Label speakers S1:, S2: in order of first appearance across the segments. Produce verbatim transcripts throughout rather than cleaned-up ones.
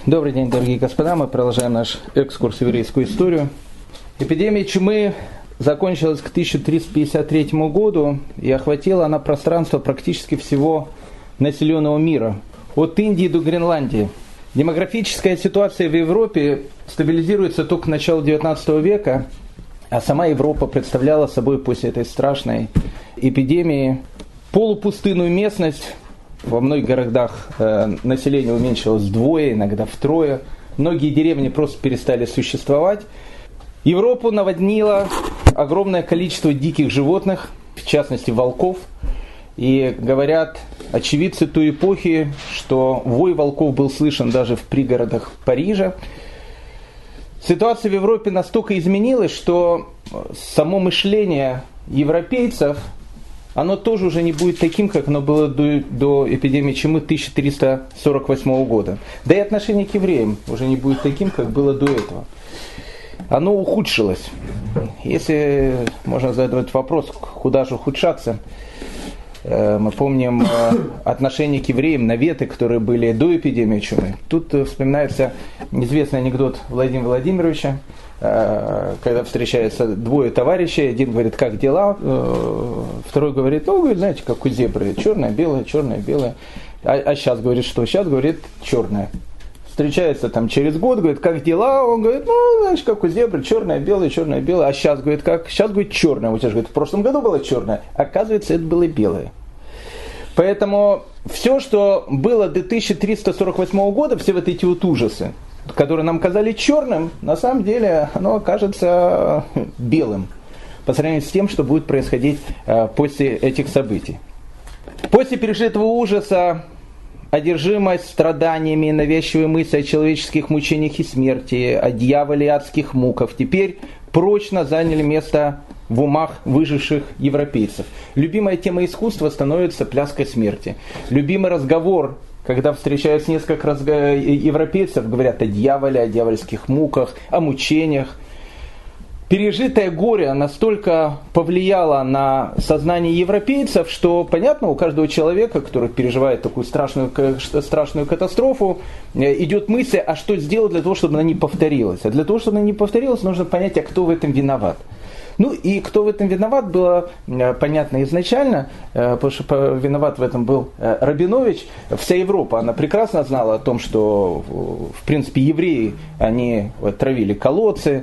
S1: Добрый день, дорогие господа. Мы продолжаем наш экскурс в еврейскую историю. Эпидемия чумы закончилась к тысяча триста пятьдесят третьему году, и охватила она пространство практически всего населенного мира, от Индии до Гренландии. Демографическая ситуация в Европе стабилизируется только к началу девятнадцатого века, а сама Европа представляла собой после этой страшной эпидемии полупустынную местность. Во многих городах э, население уменьшилось вдвое, иногда втрое. Многие деревни просто перестали существовать. Европу наводнило огромное количество диких животных, в частности волков. И говорят очевидцы той эпохи, что вой волков был слышен даже в пригородах Парижа. Ситуация в Европе настолько изменилась, что само мышление европейцев, оно тоже уже не будет таким, как оно было до, до эпидемии чумы тысяча триста сорок восьмого года. Да и отношение к евреям уже не будет таким, как было до этого. Оно ухудшилось. Если можно задать вопрос, куда же ухудшаться, мы помним отношение к евреям, наветы, которые были до эпидемии чумы. Тут вспоминается известный анекдот Владимира Владимировича, когда встречаются двое товарищей, один говорит, как дела, второй говорит, ну, вы знаете, как у зебры, черное, белое, черное, белое. А, а сейчас говорит, что? Сейчас говорит, черное. Встречается там через год, говорит, как дела? Он говорит, ну, знаешь, как у зебры, черное, белое, черное, белое. А сейчас, говорит, как? Сейчас, говорит, черное. У тебя же, говорит, в прошлом году было черное. Оказывается, это было белое. Поэтому все, что было до тысяча триста сорок восьмого года, все вот эти вот ужасы, которые нам казались черным, на самом деле оно окажется белым по сравнению с тем, что будет происходить после этих событий. После пережитого ужаса, одержимость страданиями, навязчивые мысли о человеческих мучениях и смерти, о дьяволе и адских муках теперь прочно заняли место в умах выживших европейцев. Любимая тема искусства становится пляской смерти. Любимый разговор, когда встречаются несколько раз европейцев, говорят о дьяволе, о дьявольских муках, о мучениях. Пережитое горе настолько повлияло на сознание европейцев, что, понятно, у каждого человека, который переживает такую страшную, страшную катастрофу, идет мысль, а что сделать для того, чтобы она не повторилась. А для того, чтобы она не повторилась, нужно понять, а кто в этом виноват. Ну и кто в этом виноват, было понятно изначально, потому что виноват в этом был Рабинович. Вся Европа, она прекрасно знала о том, что, в принципе, евреи, они травили колодцы,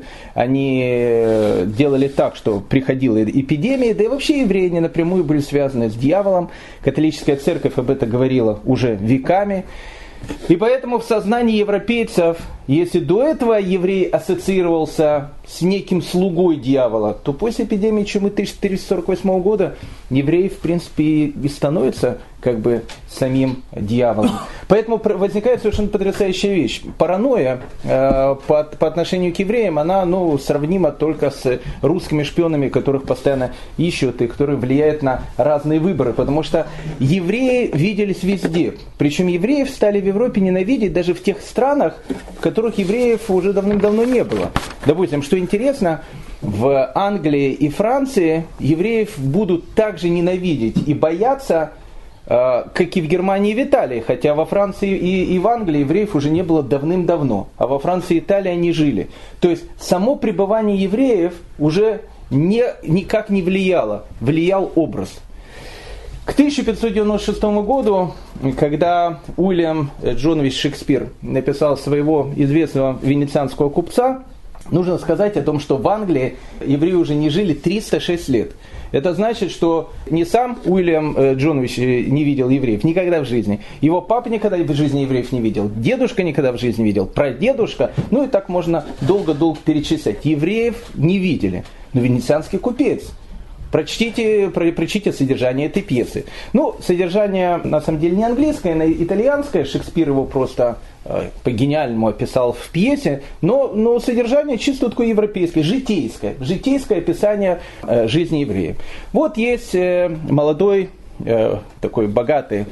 S1: они делали так, что приходила эпидемия, да и вообще евреи не напрямую были связаны с дьяволом. Католическая церковь об этом говорила уже веками. И поэтому в сознании европейцев, если до этого еврей ассоциировался с неким слугой дьявола, то после эпидемии чумы тысяча триста сорок восьмого года еврей, в принципе, и становится как бы самим дьяволом. Поэтому возникает совершенно потрясающая вещь. Паранойя э, по, по отношению к евреям, она ну, сравнима только с русскими шпионами, которых постоянно ищут и которые влияют на разные выборы. Потому что евреи виделись везде. Причем евреев стали в Европе ненавидеть даже в тех странах, в которых евреев уже давным-давно не было. Допустим, что интересно, в Англии и Франции евреев будут также ненавидеть и бояться, как и в Германии и в Италии, хотя во Франции и, и в Англии евреев уже не было давным-давно, а во Франции и Италии они жили. То есть само пребывание евреев уже не, никак не влияло, влиял образ. К тысяча пятьсот девяносто шестому году, когда Уильям Джонович Шекспир написал своего известного венецианского купца, нужно сказать о том, что в Англии евреи уже не жили триста шесть лет. Это значит, что не сам Уильям Джонович не видел евреев никогда в жизни. Его папа никогда в жизни евреев не видел. Дедушка никогда в жизни не видел. Прадедушка. Ну и так можно долго-долго перечислять. Евреев не видели. Но венецианский купец. Прочтите, про, прочтите содержание этой пьесы. Ну, содержание на самом деле не английское, а итальянское. Шекспир его просто э, по-гениальному описал в пьесе. Но, но содержание чисто такое европейское, житейское. Житейское описание э, жизни евреев. Вот есть э, молодой, э, такой богатый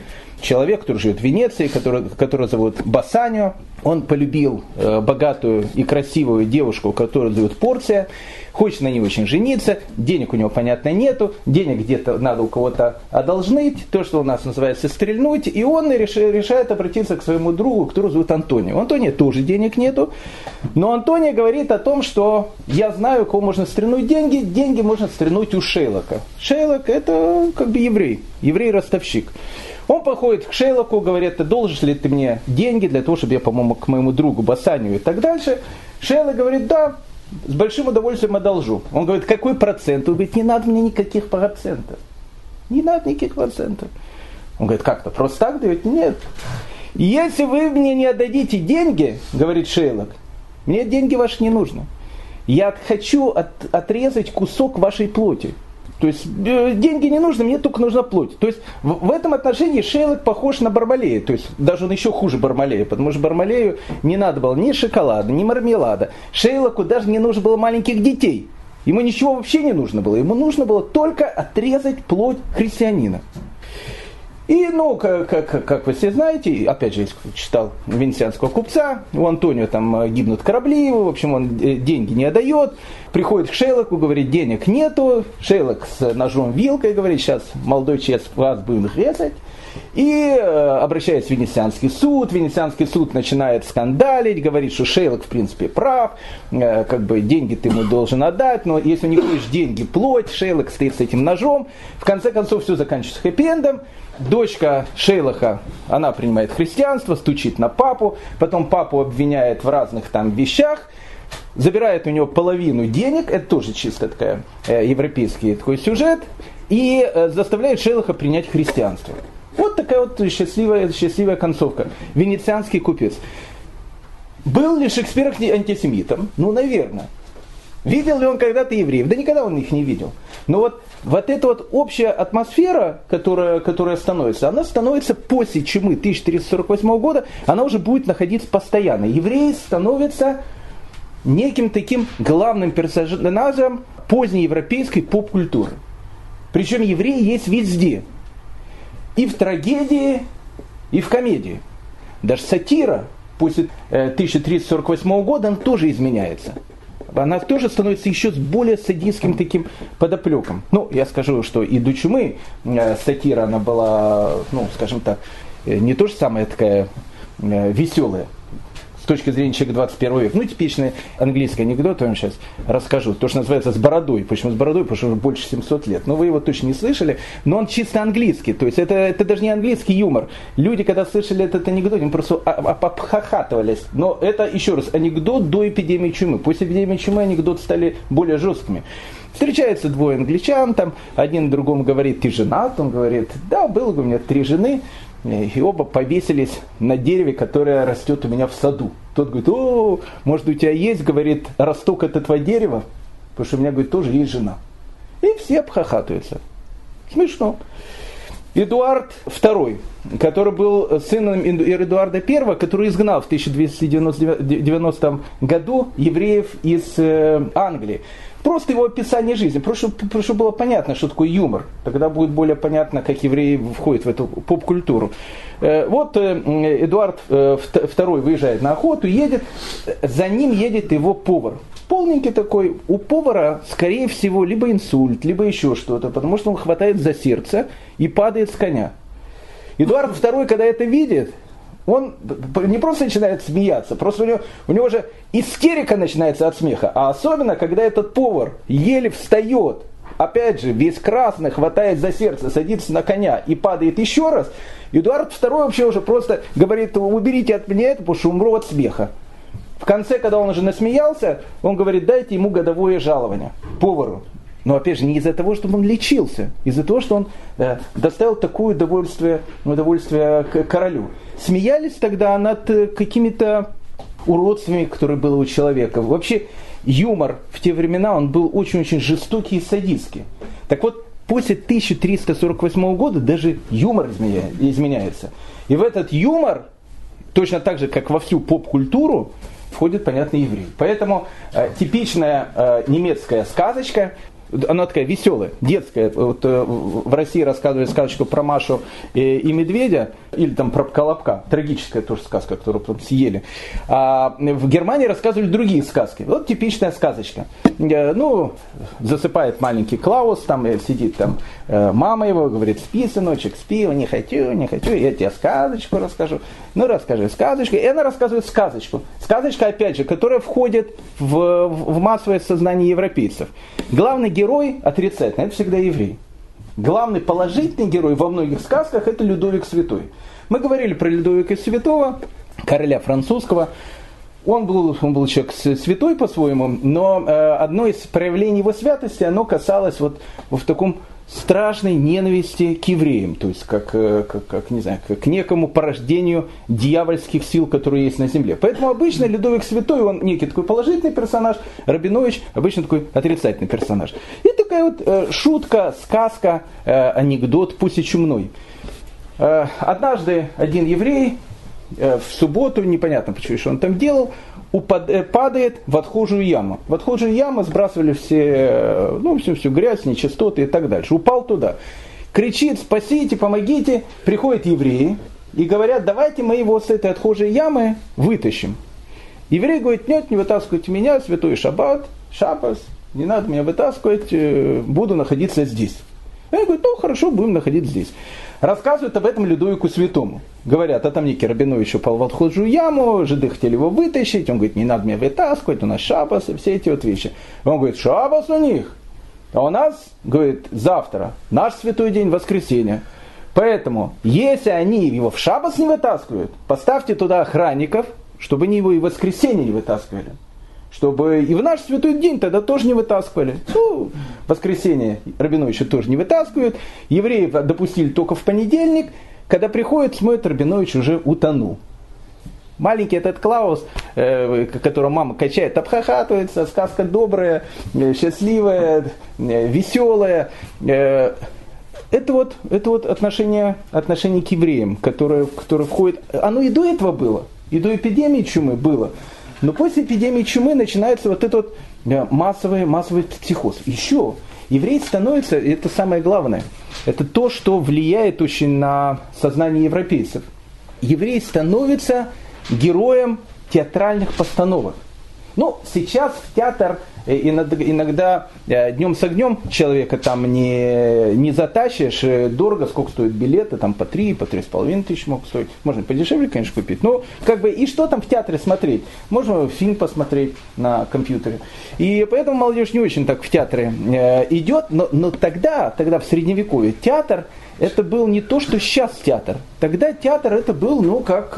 S1: человек, который живет в Венеции, который, которого зовут Бассанио. Он полюбил э, богатую и красивую девушку, которую зовут Порция. Хочет на ней очень жениться, денег у него, понятно, нету, денег где-то надо у кого-то одолжить, то, что у нас называется стрельнуть, и он решает обратиться к своему другу, которого зовут Антонио. У Антония тоже денег нету, но Антонио говорит о том, что я знаю, у кого можно стрельнуть деньги, деньги можно стрельнуть у Шейлока. Шейлок это как бы еврей, еврей-ростовщик. Он подходит к Шейлоку, говорит, ты должен ли ты мне деньги для того, чтобы я помог моему другу Бассанию и так дальше. Шейлок говорит, да, с большим удовольствием одолжу. Он говорит, какой процент? Он говорит, не надо мне никаких процентов. Не надо никаких процентов. Он говорит, как-то просто так дает? Нет. Если вы мне не отдадите деньги, говорит Шейлок, мне деньги ваши не нужны. Я хочу от, отрезать кусок вашей плоти. То есть э, деньги не нужны, мне только нужна плоть. То есть в, в этом отношении Шейлок похож на Бармалея. То есть даже он еще хуже Бармалея, потому что Бармалею не надо было ни шоколада, ни мармелада. Шейлоку даже не нужно было маленьких детей. Ему ничего вообще не нужно было. Ему нужно было только отрезать плоть христианина. И, ну, как, как, как вы все знаете, опять же, я читал венецианского купца, у Антонио там гибнут корабли, в общем, он деньги не отдает, приходит к Шейлоку, говорит, денег нету, Шейлок с ножом вилкой говорит, сейчас молодой человек вас будем резать, и э, обращается в Венецианский суд, Венецианский суд начинает скандалить, говорит, что Шейлок в принципе прав, э, как бы деньги ты ему должен отдать, но если не хочешь деньги, плоть, Шейлок стоит с этим ножом, в конце концов все заканчивается хэппи-эндом. Дочка Шейлока, она принимает христианство, стучит на папу, потом папу обвиняет в разных там вещах, забирает у него половину денег, это тоже чисто такая, э, европейский такой сюжет, и э, заставляет Шейлока принять христианство. Вот такая вот счастливая, счастливая концовка. Венецианский купец. Был ли Шекспир антисемитом? Ну, наверное. Видел ли он когда-то евреев? Да никогда он их не видел. Но вот, вот эта вот общая атмосфера, которая, которая становится, она становится после чумы тысяча триста сорок восьмого года, она уже будет находиться постоянно. Евреи становятся неким таким главным персонажем позднеевропейской поп-культуры. Причем евреи есть везде. И в трагедии, и в комедии. Даже сатира после тысяча триста сорок восьмого года она тоже изменяется. Она тоже становится еще с более садистским таким подоплеком. Ну, я скажу, что и до чумы э, сатира, она была, ну, скажем так, э, не то же самое такая э, веселая. С точки зрения человека двадцать первого века. Ну, типичный английский анекдот, я вам сейчас расскажу. То, что называется «с бородой». Почему «с бородой»? Потому что уже больше семьсот лет. Ну, вы его точно не слышали, но он чисто английский. То есть это, это даже не английский юмор. Люди, когда слышали этот анекдот, они просто обхахатывались. Но это, еще раз, анекдот до эпидемии чумы. После эпидемии чумы анекдоты стали более жесткими. Встречаются двое англичан, там один другому говорит, ты женат? Он говорит, да, было бы у меня три жены. И оба повесились на дереве, которое растет у меня в саду. Тот говорит, о, может у тебя есть, говорит, росток это твое дерево? Потому что у меня, говорит, тоже есть жена. И все обхахатываются. Смешно. Эдуард второй, который был сыном Эдуарда первого, который изгнал в тысяча двести девяностом году евреев из Англии. Просто его описание жизни, просто чтобы было понятно, что такое юмор. Тогда будет более понятно, как евреи входят в эту поп-культуру. Вот Эдуард второй выезжает на охоту, едет, за ним едет его повар. Полненький такой, у повара, скорее всего, либо инсульт, либо еще что-то, потому что он хватает за сердце и падает с коня. Эдуард второй, когда это видит, он не просто начинает смеяться, просто у него, у него же истерика начинается от смеха. А особенно, когда этот повар еле встает, опять же, весь красный, хватает за сердце, садится на коня и падает еще раз, Эдуард второй вообще уже просто говорит, уберите от меня это, потому что умру от смеха. В конце, когда он уже насмеялся, он говорит, дайте ему годовое жалование, повару. Но опять же, не из-за того, чтобы он лечился, из-за того, что он э, доставил такое удовольствие, удовольствие к королю. Смеялись тогда над какими-то уродствами, которые было у человека. Вообще, юмор в те времена, он был очень-очень жестокий и садистский. Так вот, после тысяча триста сорок восьмого года даже юмор изменяется. И в этот юмор, точно так же, как во всю поп-культуру, входит, понятно, еврей. Поэтому э, типичная э, немецкая сказочка, она такая веселая, детская. Вот в России рассказывали сказочку про Машу и медведя, или там про Колобка, трагическая тоже сказка, которую потом съели. А в Германии рассказывали другие сказки. Вот типичная сказочка. Ну, засыпает маленький Клаус, там сидит там мама его, говорит: спи, сыночек, спи, не хочу, не хочу, я тебе сказочку расскажу. Ну, расскажи сказочку. И она рассказывает сказочку. Сказочка, опять же, которая входит в, в массовое сознание европейцев. Главный герой отрицательный, это всегда еврей. Главный положительный герой во многих сказках — это Людовик Святой. Мы говорили про Людовика Святого, короля французского. Он был, он был человек святой по-своему, но э, одно из проявлений его святости, оно касалось вот, вот в таком страшной ненависти к евреям, то есть как, как, как, не знаю, как к некому порождению дьявольских сил, которые есть на земле. Поэтому обычно Людовик Святой, он некий такой положительный персонаж, Рабинович обычно такой отрицательный персонаж. И такая вот э, шутка, сказка, э, анекдот, пусть и чумной. Э, однажды один еврей э, в субботу, непонятно почему, что он там делал, упад, э, падает в отхожую яму. В отхожую яму сбрасывали все, ну, всю, всю грязь, нечистоты и так дальше. Упал туда. Кричит: спасите, помогите. Приходят евреи и говорят: давайте мы его с этой отхожей ямы вытащим. Еврей говорит: нет, не вытаскивайте меня, святой шаббат, шаббас, не надо меня вытаскивать, буду находиться здесь. И они говорят: ну хорошо, будем находиться здесь. Рассказывают об этом Людовику Святому. Говорят: а там некий Рабинович упал в отхожую яму, жиды хотели его вытащить. Он говорит: не надо меня вытаскивать, у нас шаббас и все эти вот вещи. Он говорит: шаббас у них. А у нас, говорит, завтра, наш святой день, воскресенье. Поэтому, если они его в шаббас не вытаскивают, поставьте туда охранников, чтобы они его и в воскресенье не вытаскивали. Чтобы и в наш святой день тогда тоже не вытаскивали. Ну, в воскресенье Рабиновича тоже не вытаскивают. Евреев допустили только в понедельник. Когда приходит, смотрит, Рабинович уже утонул. Маленький этот Клаус, э, которого мама качает, обхахатывается, сказка добрая, э, счастливая, э, веселая. Э, это вот, это вот отношение, отношение к евреям, которое, которое входит... Оно и до этого было, и до эпидемии чумы было. Но после эпидемии чумы начинается вот этот вот массовый, массовый психоз. Еще еврей становится, это самое главное, это то, что влияет очень на сознание европейцев. Еврей становится героем театральных постановок. Ну, сейчас в театр иногда, иногда днем с огнем человека там не, не затащишь, дорого, сколько стоят билеты, там по три, по три с половиной тысячи могут стоить. Можно подешевле, конечно, купить. Но как бы и что там в театре смотреть? Можно фильм посмотреть на компьютере. И поэтому молодежь не очень так в театры идет. Но, но тогда, тогда в средневековье театр это был не то, что сейчас театр. Тогда театр это был, ну, как,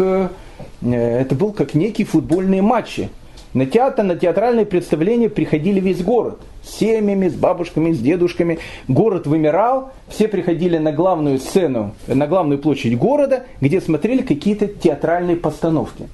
S1: это был как некие футбольные матчи. На театр, на театральные представления приходили весь город. С семьями, с бабушками, с дедушками. Город вымирал, все приходили на главную сцену, на главную площадь города, где смотрели какие-то театральные постановки.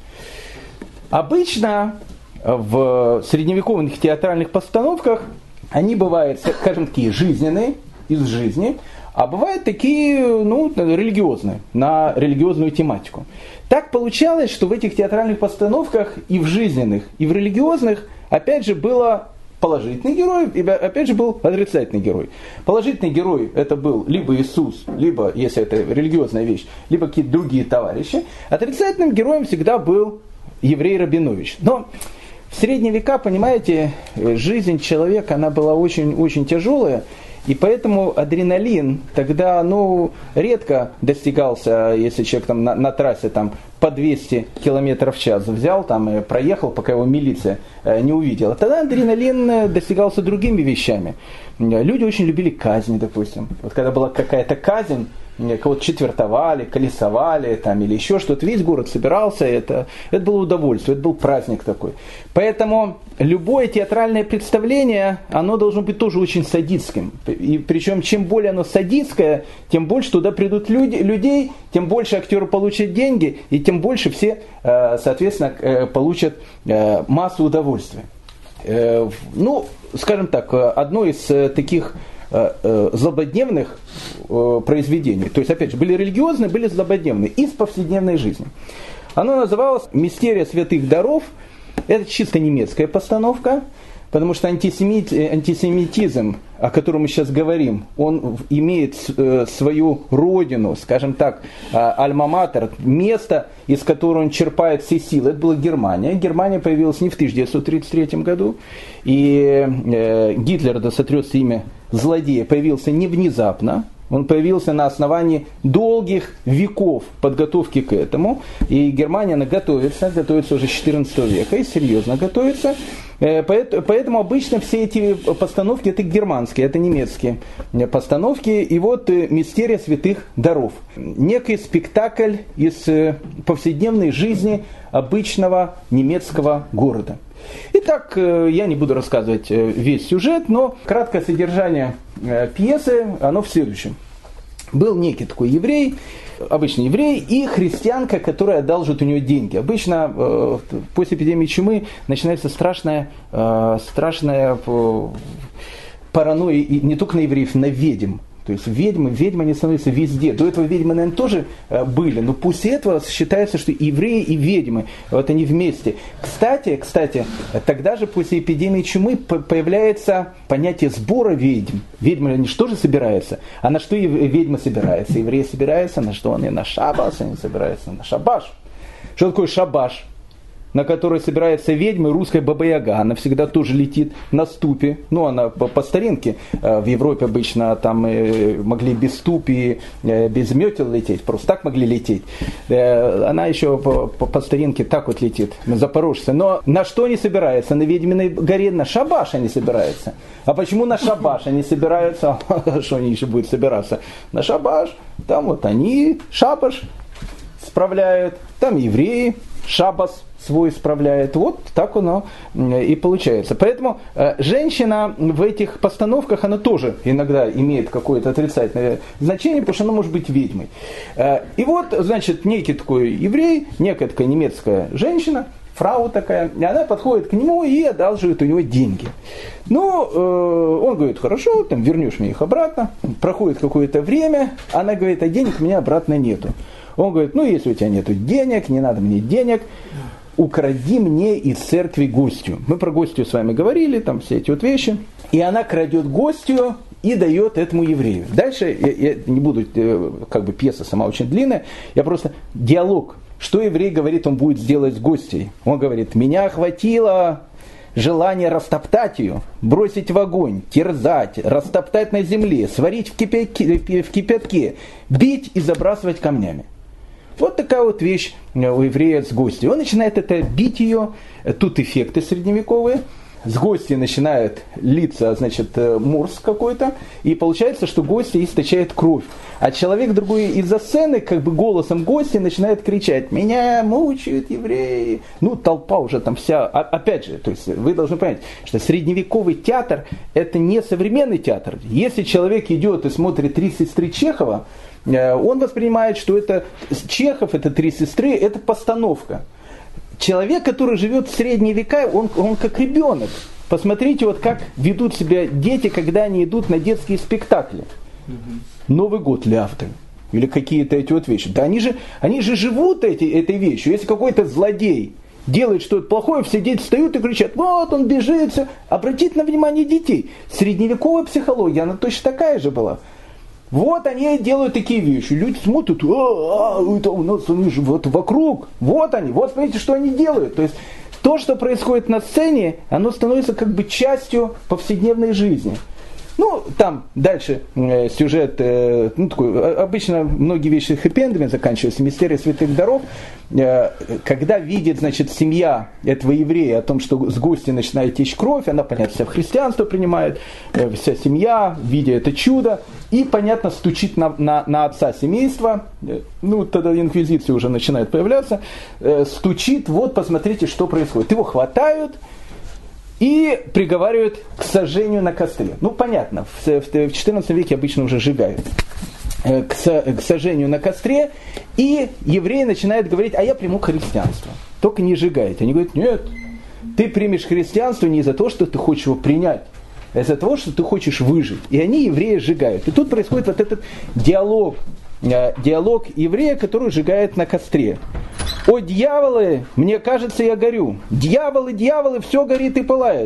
S1: Обычно в средневековых театральных постановках они бывают, скажем, такие жизненные, из жизни, а бывают такие, ну, религиозные, на религиозную тематику. Так получалось, что в этих театральных постановках и в жизненных, и в религиозных, опять же, было положительный герой, и опять же был отрицательный герой. Положительный герой это был либо Иисус, либо, если это религиозная вещь, либо какие-то другие товарищи. Отрицательным героем всегда был еврей Рабинович. Но в средние века, понимаете, жизнь человека, она была очень-очень тяжелая. И поэтому адреналин тогда, ну, редко достигался, если человек там на, на трассе там, по двести километров в час взял там, и проехал, пока его милиция э, не увидела. Тогда адреналин достигался другими вещами. Люди очень любили казни, допустим. Вот когда была какая-то казнь, кого-то четвертовали, колесовали там, или еще что-то, весь город собирался, это, это было удовольствие, это был праздник такой. Поэтому любое театральное представление, оно должно быть тоже очень садистским. И причем чем более оно садистское, тем больше туда придут люди, людей, тем больше актеры получат деньги, и тем больше все, соответственно, получат массу удовольствия. Ну, скажем так, одно из таких злободневных произведений. То есть, опять же, были религиозные, были злободневные. Из повседневной жизни. Оно называлось «Мистерия святых даров». Это чисто немецкая постановка. Потому что антисемит, антисемитизм, о котором мы сейчас говорим, он имеет свою родину, скажем так, альма-матер, место, из которого он черпает все силы. Это была Германия. Германия появилась не в тысяча девятьсот тридцать третьем году. И Гитлер, да сотрется имя злодея, появился не внезапно. Он появился на основании долгих веков подготовки к этому. И Германия, она готовится, готовится уже с четырнадцатого века и серьезно готовится. Поэтому обычно все эти постановки это германские, это немецкие постановки. И вот «Мистерия святых даров». Некий спектакль из повседневной жизни обычного немецкого города. Итак, я не буду рассказывать весь сюжет, но краткое содержание пьесы, оно в следующем. Был некий такой еврей, обычный еврей, и христианка, которая одалживает у него деньги. Обычно после эпидемии чумы начинается страшная, страшная паранойя не только на евреев, на ведьм. То есть ведьмы, ведьмы они становятся везде. До этого ведьмы, наверное, тоже были, но после этого считается, что евреи и ведьмы, вот они вместе. Кстати, кстати, тогда же после эпидемии чумы появляется понятие сбора ведьм. Ведьмы, они что же собираются? А на что ведьмы собираются? Евреи собираются на что? Они на шаббас, они собираются на шабаш. Что такое шабаш? На которой собирается ведьма, русская баба-яга. Она всегда тоже летит на ступе. Ну, она по, по старинке. В Европе обычно там могли без ступи, без метел лететь. Просто так могли лететь. Она еще по, по, по старинке так вот летит. Запорожцы. Но на что они собираются? На ведьминой горе на шабаш они собираются. А почему на шабаш они собираются? Что они еще будут собираться? На шабаш. Там вот они шабаш справляют. Там евреи шаббас свой справляет. Вот так оно и получается. Поэтому э, женщина в этих постановках, она тоже иногда имеет какое-то отрицательное значение, потому что она может быть ведьмой. Э, и вот, значит, некий такой еврей, некая такая немецкая женщина, фрау такая, и она подходит к нему и одалживает у него деньги. Ну, э, он говорит, хорошо, там, вернешь мне их обратно. Проходит какое-то время, она говорит, а денег у меня обратно нету. Он говорит, ну, если у тебя нету денег, не надо мне денег, укради мне из церкви гостью. Мы про гостью с вами говорили, там все эти вот вещи. И она крадет гостью и дает этому еврею. Дальше, я, я не буду, как бы пьеса сама очень длинная, я просто диалог. Что еврей говорит, он будет сделать с гостьей? Он говорит, меня охватило желание растоптать ее, бросить в огонь, терзать, растоптать на земле, сварить в кипятке, в кипятке, бить и забрасывать камнями. Вот такая вот вещь у еврея с гостьей. Он начинает это бить ее, тут эффекты средневековые. С гостей начинает литься, значит, морс какой-то, и получается, что гостья источает кровь. А человек другой из-за сцены, как бы голосом гостя, начинает кричать, меня мучают евреи. Ну, толпа уже там вся, опять же, то есть вы должны понять, что средневековый театр это не современный театр. Если человек идет и смотрит «Три сестры» Чехова, он воспринимает, что это Чехов, это «Три сестры», это постановка. Человек, который живет в средние века, он, он как ребенок. Посмотрите, вот как ведут себя дети, когда они идут на детские спектакли. Новый год Ляфты. Или какие-то эти вот вещи. Да они же, они же живут эти, этой вещью. Если какой-то злодей делает что-то плохое, все дети встают и кричат, вот он бежит, все. Обратите на внимание детей. Средневековая психология, она точно такая же была. Вот они делают такие вещи. Люди смотрят, а, а, это у нас они же вот вокруг. Вот они, вот смотрите, что они делают. То есть то, что происходит на сцене, оно становится как бы частью повседневной жизни. Ну, там дальше э, сюжет, э, ну, такой, обычно многие вещи хэппи-эндами заканчиваются, «Мистерия святых даров», э, когда видит, значит, семья этого еврея о том, что с гостя начинает течь кровь, она, понятно, вся в христианство принимает, э, вся семья, видя это чудо, и, понятно, стучит на, на, на отца семейства, э, ну, тогда инквизиция уже начинает появляться, э, стучит, вот, посмотрите, что происходит. Его хватают, и приговаривают к сожжению на костре. Ну, понятно, в, в четырнадцатом веке обычно уже сжигают. К, к сожжению на костре. И евреи начинают говорить, а я приму христианство. Только не сжигайте. Они говорят, нет, ты примешь христианство не из-за того, что ты хочешь его принять, а из-за того, что ты хочешь выжить. И они, евреи, сжигают. И тут происходит вот этот диалог. Диалог еврея, который сжигает на костре. «О, дьяволы, мне кажется, я горю. Дьяволы, дьяволы, все горит и пылает.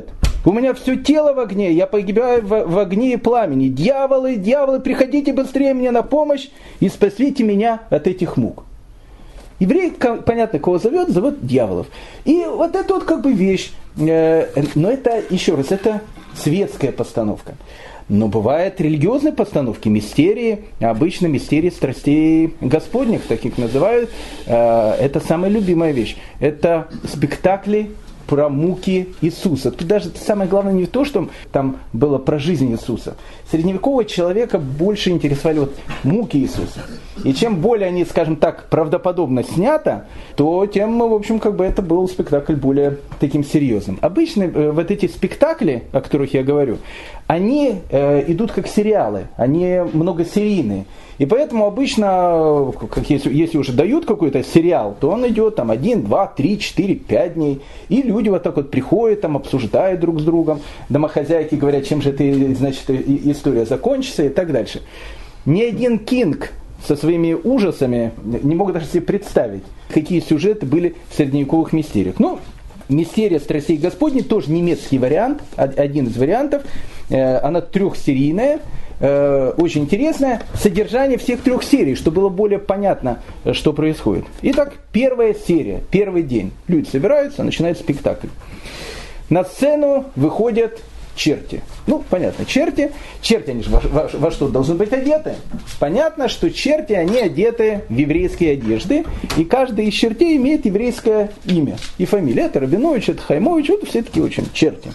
S1: У меня все тело в огне, я погибаю в, в огне и пламени. Дьяволы, дьяволы, приходите быстрее мне на помощь и спасите меня от этих мук. Еврей, понятно, кого зовет, зовет дьяволов. И вот это вот как бы вещь. Э, но это, еще раз, это светская постановка. Но бывают религиозные постановки, мистерии, обычно мистерии страстей Господних, таких называют. Э, это самая любимая вещь. Это спектакли про муки Иисуса. Тут даже самое главное не то, что там было про жизнь Иисуса. Средневекового человека больше интересовали вот муки Иисуса. И чем более они, скажем так, правдоподобно снято, то тем, в общем, как бы это был спектакль более таким серьезным. Обычно э, вот эти спектакли, о которых я говорю, они э, идут как сериалы, они многосерийные. И поэтому обычно, как если, если уже дают какой-то сериал, то он идет там один, два, три, четыре, пять дней. И люди вот так вот приходят, там обсуждают друг с другом. Домохозяйки говорят, чем же это, значит, история закончится и так дальше. Ни один кинг со своими ужасами не мог даже себе представить, какие сюжеты были в средневековых мистериях. Ну, «Мистерия страстей Господней» тоже немецкий вариант, один из вариантов. Она трехсерийная, очень интересная. Содержание всех трех серий, чтобы было более понятно, что происходит. Итак, первая серия, первый день. Люди собираются, начинает спектакль. На сцену выходят черти. Ну, понятно, черти. Черти, они же во, во, во что должны быть одеты? Понятно, что черти, они одеты в еврейские одежды, и каждый из чертей имеет еврейское имя и фамилию. Это Рабинович, это Хаймович, это все такие очень черти.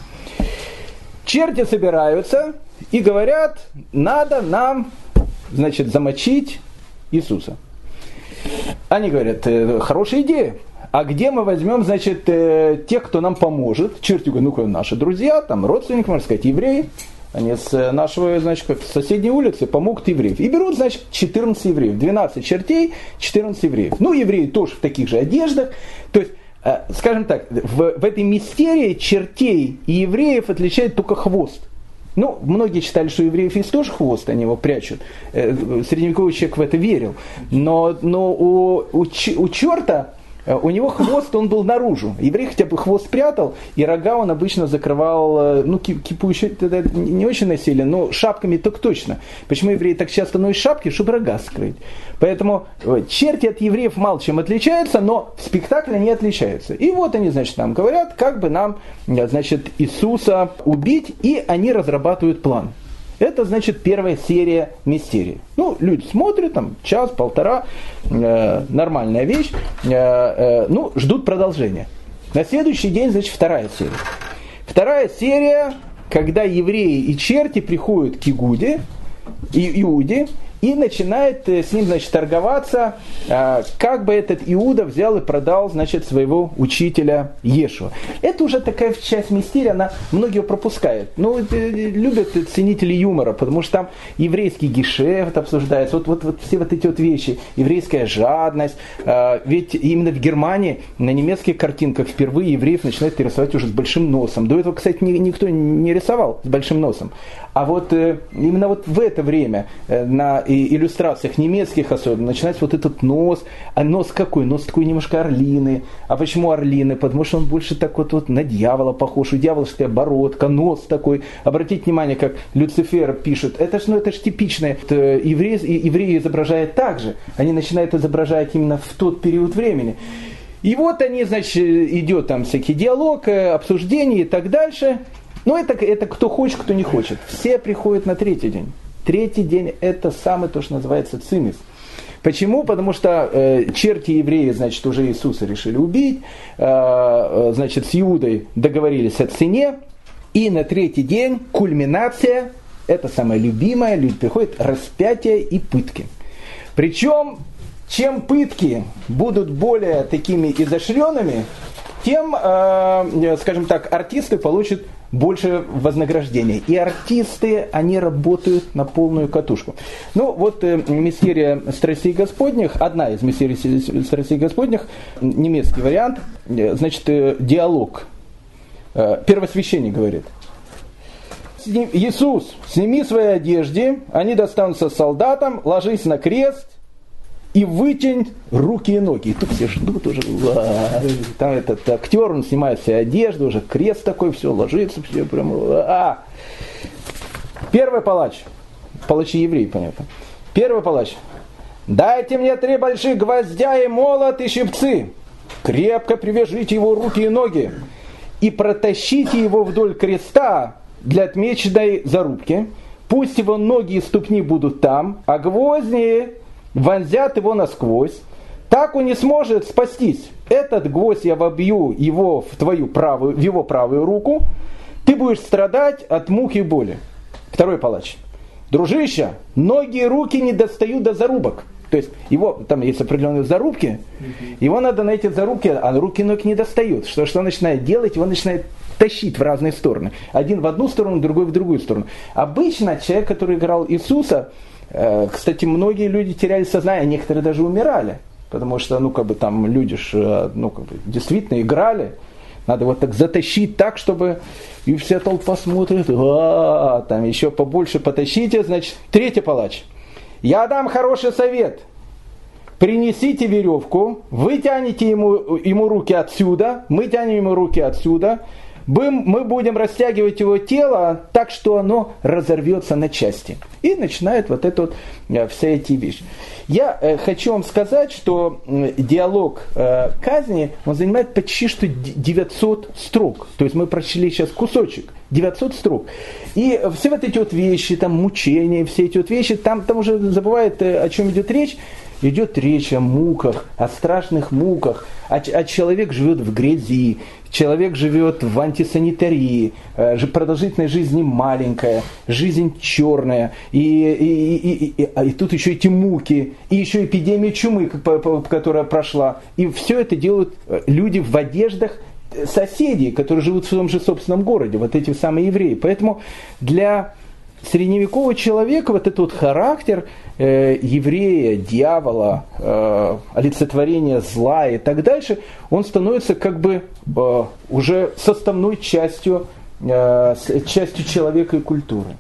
S1: Черти собираются и говорят, надо нам, значит, замочить Иисуса. Они говорят, хорошая идея. А где мы возьмем, значит, тех, кто нам поможет? Черти говорят, ну-ка, наши друзья, там, родственники, можно сказать, евреи. Они с нашего, значит, с соседней улицы помогут евреев. И берут, значит, четырнадцать евреев. двенадцать чертей, четырнадцать евреев. Ну, евреи тоже в таких же одеждах. То есть, скажем так, в, в этой мистерии чертей и евреев отличает только хвост. Ну, многие считали, что у евреев есть тоже хвост, они его прячут. Средневековый человек в это верил. Но, но у, у, у черта, у него хвост, он был наружу. Еврей хотя бы хвост прятал, и рога он обычно закрывал, ну, кипу еще тогда не очень носили, но шапками так точно. Почему евреи так часто носят шапки? Чтобы рога скрыть. Поэтому черти от евреев мало чем отличаются, но в спектакле они отличаются. И вот они, значит, нам говорят, как бы нам, значит, Иисуса убить, и они разрабатывают план. Это, значит, первая серия мистерии. Ну, люди смотрят, там, час, полтора, э, нормальная вещь, э, э, ну, ждут продолжения. На следующий день, значит, вторая серия. Вторая серия, когда евреи и черти приходят к Игуде, и, Иуде, и начинает с ним, значит, торговаться, как бы этот Иуда взял и продал, значит, своего учителя Иешуа. Это уже такая часть мистерии, она многие пропускают. Ну, любят ценители юмора, потому что там еврейский гешефт обсуждается, вот, вот, вот все вот эти вот вещи, еврейская жадность. Ведь именно в Германии на немецких картинках впервые евреев начинают рисовать уже с большим носом. До этого, кстати, никто не рисовал с большим носом. А вот именно вот в это время на иллюстрациях немецких особенно начинается вот этот нос. А нос какой? Нос такой немножко орлиный. А почему орлиный? Потому что он больше так вот, вот на дьявола похож. У дьявола такая бородка, нос такой. Обратите внимание, как Люцифер пишет. Это ж, ну, это ж типичное. Евреи, евреи изображают так же. Они начинают изображать именно в тот период времени. И вот они, значит, идет там всякий диалог, обсуждение и так дальше. Но это, это кто хочет, кто не хочет. Все приходят на третий день. Третий день это самый, то, что называется, цимис. Почему? Потому что э, черти евреи, значит, уже Иисуса решили убить, э, значит, с Иудой договорились о цене, и на третий день кульминация, это самое любимое, люди приходят, распятие и пытки. Причем, чем пытки будут более такими изощренными, тем, э, скажем так, артисты получат больше вознаграждения. И артисты, они работают на полную катушку. Ну, вот э, «Мистерия страстей Господних», одна из «Мистерий страстей Господних», немецкий вариант, э, значит, э, диалог. Э, первосвященник говорит: «Иисус, сними свои одежды, они достанутся солдатам, ложись на крест, и вытянь руки и ноги. И тут все ждут уже. Там этот актер, он снимает себе одежду, уже крест такой, все ложится, все прям. А. Первый палач. Палачи евреи, понятно. Первый палач. Дайте мне три больших гвоздя и молот и щипцы. Крепко привяжите его руки и ноги. И протащите его вдоль креста для отмеченной зарубки. Пусть его ноги и ступни будут там, а гвозди вонзят его насквозь. Так он не сможет спастись. Этот гвоздь я вобью его в твою правую, в его правую руку. Ты будешь страдать от муки и боли. Второй палач. Дружище, ноги и руки не достают до зарубок. То есть его, там есть определенные зарубки, его надо на эти зарубки, а руки и ноги не достают. Что, что он начинает делать? Его начинает тащить в разные стороны. Один в одну сторону, другой в другую сторону. Обычно человек, который играл Иисуса, э, кстати, многие люди теряли сознание, некоторые даже умирали. Потому что, ну, как бы там люди ж, ну, как бы действительно играли. Надо вот так затащить так, чтобы и вся толпа смотрит, а, там еще побольше потащите. Значит, третий палач. Я дам хороший совет. Принесите веревку, вы тянете ему, ему руки отсюда, мы тянем ему руки отсюда. Мы будем растягивать его тело так, что оно разорвется на части. И начинает вот это вот, все эти вещи. Я э, хочу вам сказать, что э, диалог э, казни, он занимает почти что девятьсот строк. То есть мы прочли сейчас кусочек, девятьсот строк. И все вот эти вот вещи, там мучения, все эти вот вещи, там, там уже забывает, э, о чем идет речь. Идет речь о муках, о страшных муках, а, а человек живет в грязи, человек живет в антисанитарии, продолжительность жизни маленькая, жизнь черная, и, и, и, и, и, и тут еще эти муки, и еще эпидемия чумы, которая прошла. И все это делают люди в одеждах соседей, которые живут в своем же собственном городе, вот эти самые евреи. Поэтому для средневекового человека вот этот вот характер э, еврея, дьявола, э, олицетворения зла и так дальше, он становится как бы э, уже составной частью, э, частью человека и культуры.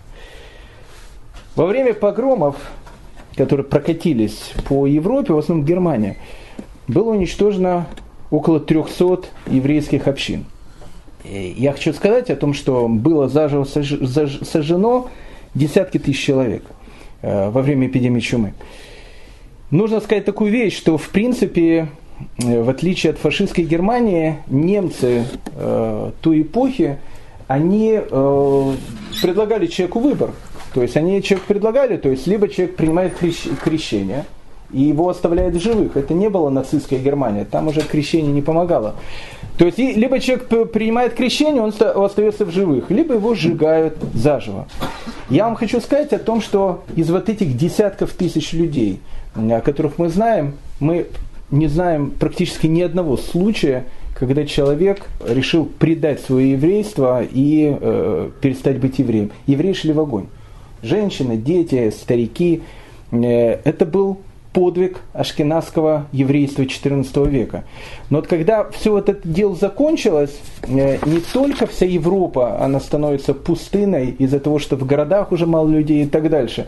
S1: Во время погромов, которые прокатились по Европе, в основном Германии, было уничтожено около трехсот еврейских общин. И я хочу сказать о том, что было заживо сожжено десятки тысяч человек э, во время эпидемии чумы. Нужно сказать такую вещь, что в принципе, э, в отличие от фашистской Германии, немцы э, той эпохи, они э, предлагали человеку выбор. То есть они человеку предлагали, то есть либо человек принимает крещ- крещение, и его оставляют в живых. Это не была нацистская Германия, там уже крещение не помогало. То есть либо человек принимает крещение, он остается в живых, либо его сжигают заживо. Я вам хочу сказать о том, что из вот этих десятков тысяч людей, о которых мы знаем, мы не знаем практически ни одного случая, когда человек решил предать свое еврейство и э, перестать быть евреем. Евреи шли в огонь. Женщины, дети, старики. Э, это был подвиг ашкеназского еврейства четырнадцатого века. Но вот когда все вот это дело закончилось, не только вся Европа, она становится пустыной из-за того, что в городах уже мало людей и так дальше,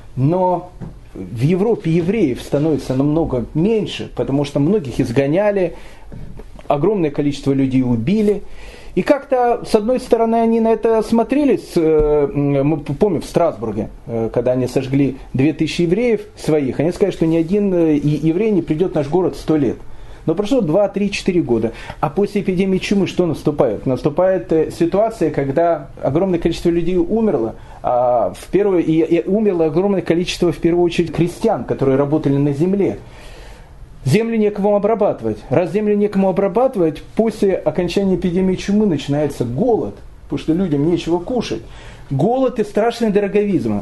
S1: но в Европе евреев становится намного меньше, потому что многих изгоняли, огромное количество людей убили. И как-то, с одной стороны, они на это смотрелись, мы помним в Страсбурге, когда они сожгли две тысячи евреев своих, они сказали, что ни один еврей не придет в наш город сто лет. Но прошло два, три, четыре года. А после эпидемии чумы что наступает? Наступает ситуация, когда огромное количество людей умерло, а в первую, и, и умерло огромное количество, в первую очередь, крестьян, которые работали на земле. Землю некому обрабатывать. Раз землю некому обрабатывать, после окончания эпидемии чумы начинается голод, потому что людям нечего кушать. Голод и страшная дороговизна.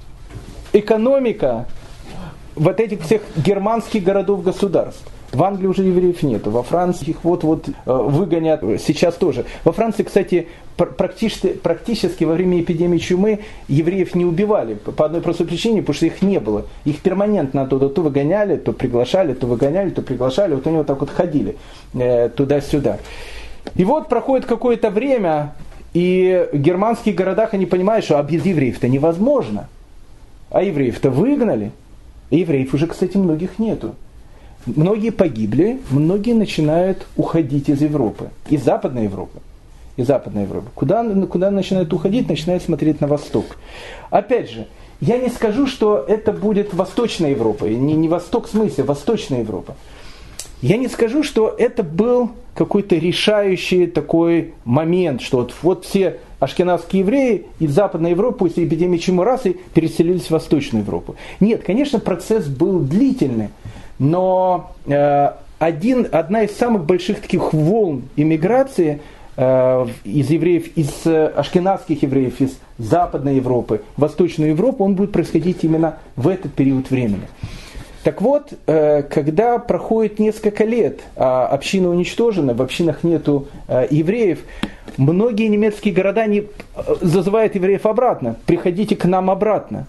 S1: Экономика вот этих всех германских городов-государств. В Англии уже евреев нету, во Франции их вот-вот выгонят, сейчас тоже. Во Франции, кстати, практически, практически во время эпидемии чумы евреев не убивали, по одной простой причине, потому что их не было. Их перманентно оттуда то выгоняли, то приглашали, то выгоняли, то приглашали, вот они вот так вот ходили э, туда-сюда. И вот проходит какое-то время, и в германских городах они понимают, что а без евреев-то невозможно. А евреев-то выгнали. Евреев уже, кстати, многих нету. Многие погибли, многие начинают уходить из Европы, из Западной Европы. Из Западной Европы. Куда, куда начинают уходить, начинают смотреть на восток. Опять же, я не скажу, что это будет Восточная Европа, не, не Восток в смысле, Восточная Европа. Я не скажу, что это был какой-то решающий такой момент, что вот, вот все ашкеназские евреи из Западной Европы после эпидемии чумы расы переселились в Восточную Европу. Нет, конечно, процесс был длительный, но э, один, одна из самых больших таких волн иммиграции э, из евреев, из э, ашкеназских евреев, из Западной Европы, в Восточную Европу, он будет происходить именно в этот период времени. Так вот, когда проходит несколько лет, а община уничтожена, в общинах нету евреев, многие немецкие города не зазывают евреев обратно. Приходите к нам обратно.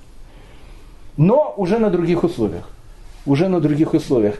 S1: Но уже на других условиях. Уже на других условиях.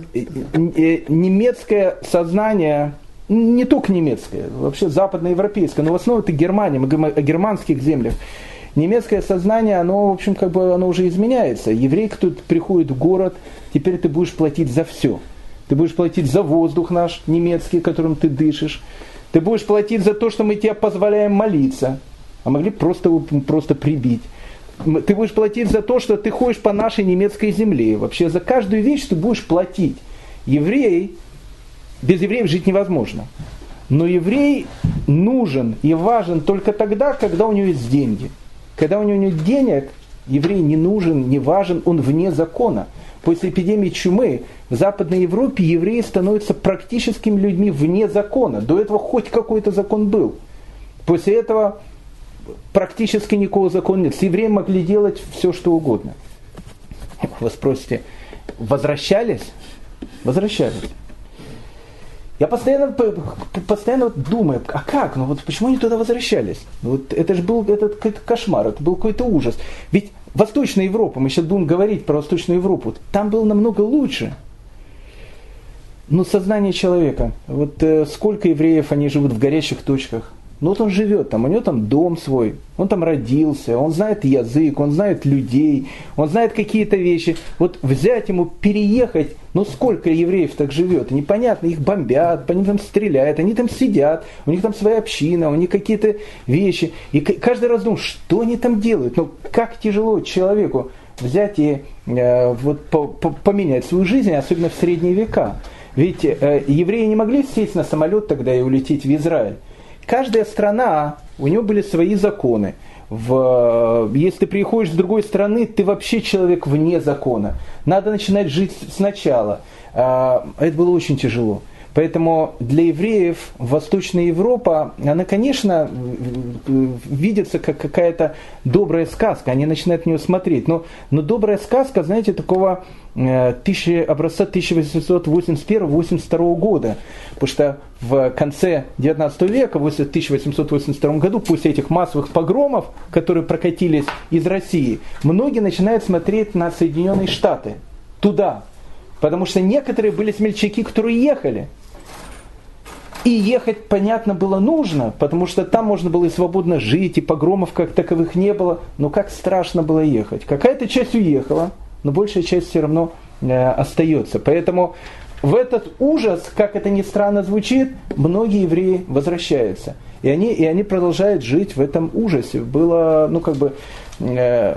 S1: Немецкое сознание, не только немецкое, вообще западноевропейское, но в основном это Германия, мы говорим о германских землях. Немецкое сознание, оно, в общем, как бы оно уже изменяется. Еврей, кто приходит в город, теперь ты будешь платить за все. Ты будешь платить за воздух наш немецкий, которым ты дышишь. Ты будешь платить за то, что мы тебе позволяем молиться. А могли просто, просто прибить. Ты будешь платить за то, что ты ходишь по нашей немецкой земле. Вообще за каждую вещь ты будешь платить. Еврей, без евреев жить невозможно. Но еврей нужен и важен только тогда, когда у него есть деньги. Когда у него нет денег, еврей не нужен, не важен, он вне закона. После эпидемии чумы в Западной Европе евреи становятся практическими людьми вне закона. До этого хоть какой-то закон был. После этого практически никакого закона нет. С евреем могли делать все, что угодно. Вы спросите, возвращались? Возвращались. Я постоянно, постоянно думаю, а как? Ну вот почему они туда возвращались? Вот это же был этот какой-то кошмар, это был какой-то ужас. Ведь Восточная Европа, мы сейчас будем говорить про Восточную Европу, там было намного лучше. Но сознание человека, вот э, сколько евреев, они живут в горячих точках. Ну вот он живет там, у него там дом свой, он там родился, он знает язык, он знает людей, он знает какие-то вещи. Вот взять ему, переехать, ну сколько евреев так живет, непонятно, их бомбят, по ним там стреляют, они там сидят, у них там своя община, у них какие-то вещи. И каждый раз думаю, что они там делают, ну как тяжело человеку взять и э, вот, по, по, поменять свою жизнь, особенно в средние века. Ведь э, евреи не могли сесть на самолет тогда и улететь в Израиль. Каждая страна, у нее были свои законы. В, если ты приходишь с другой страны, ты вообще человек вне закона. Надо начинать жить сначала. Это было очень тяжело. Поэтому для евреев Восточная Европа, она, конечно, видится как какая-то добрая сказка. Они начинают на нее смотреть. Но, но добрая сказка, знаете, такого тысячи, образца тысяча восемьсот восемьдесят первого — восемьдесят второго года. Потому что в конце девятнадцатого века, в тысяча восемьсот восемьдесят втором году, после этих массовых погромов, которые прокатились из России, многие начинают смотреть на Соединенные Штаты. Туда. Потому что некоторые были смельчаки, которые ехали. И ехать, понятно, было нужно, потому что там можно было и свободно жить, и погромов как таковых не было. Но как страшно было ехать. Какая-то часть уехала, но большая часть все равно э, остается. Поэтому в этот ужас, как это ни странно звучит, многие евреи возвращаются. И они, и они продолжают жить в этом ужасе. Было, ну как бы... Э,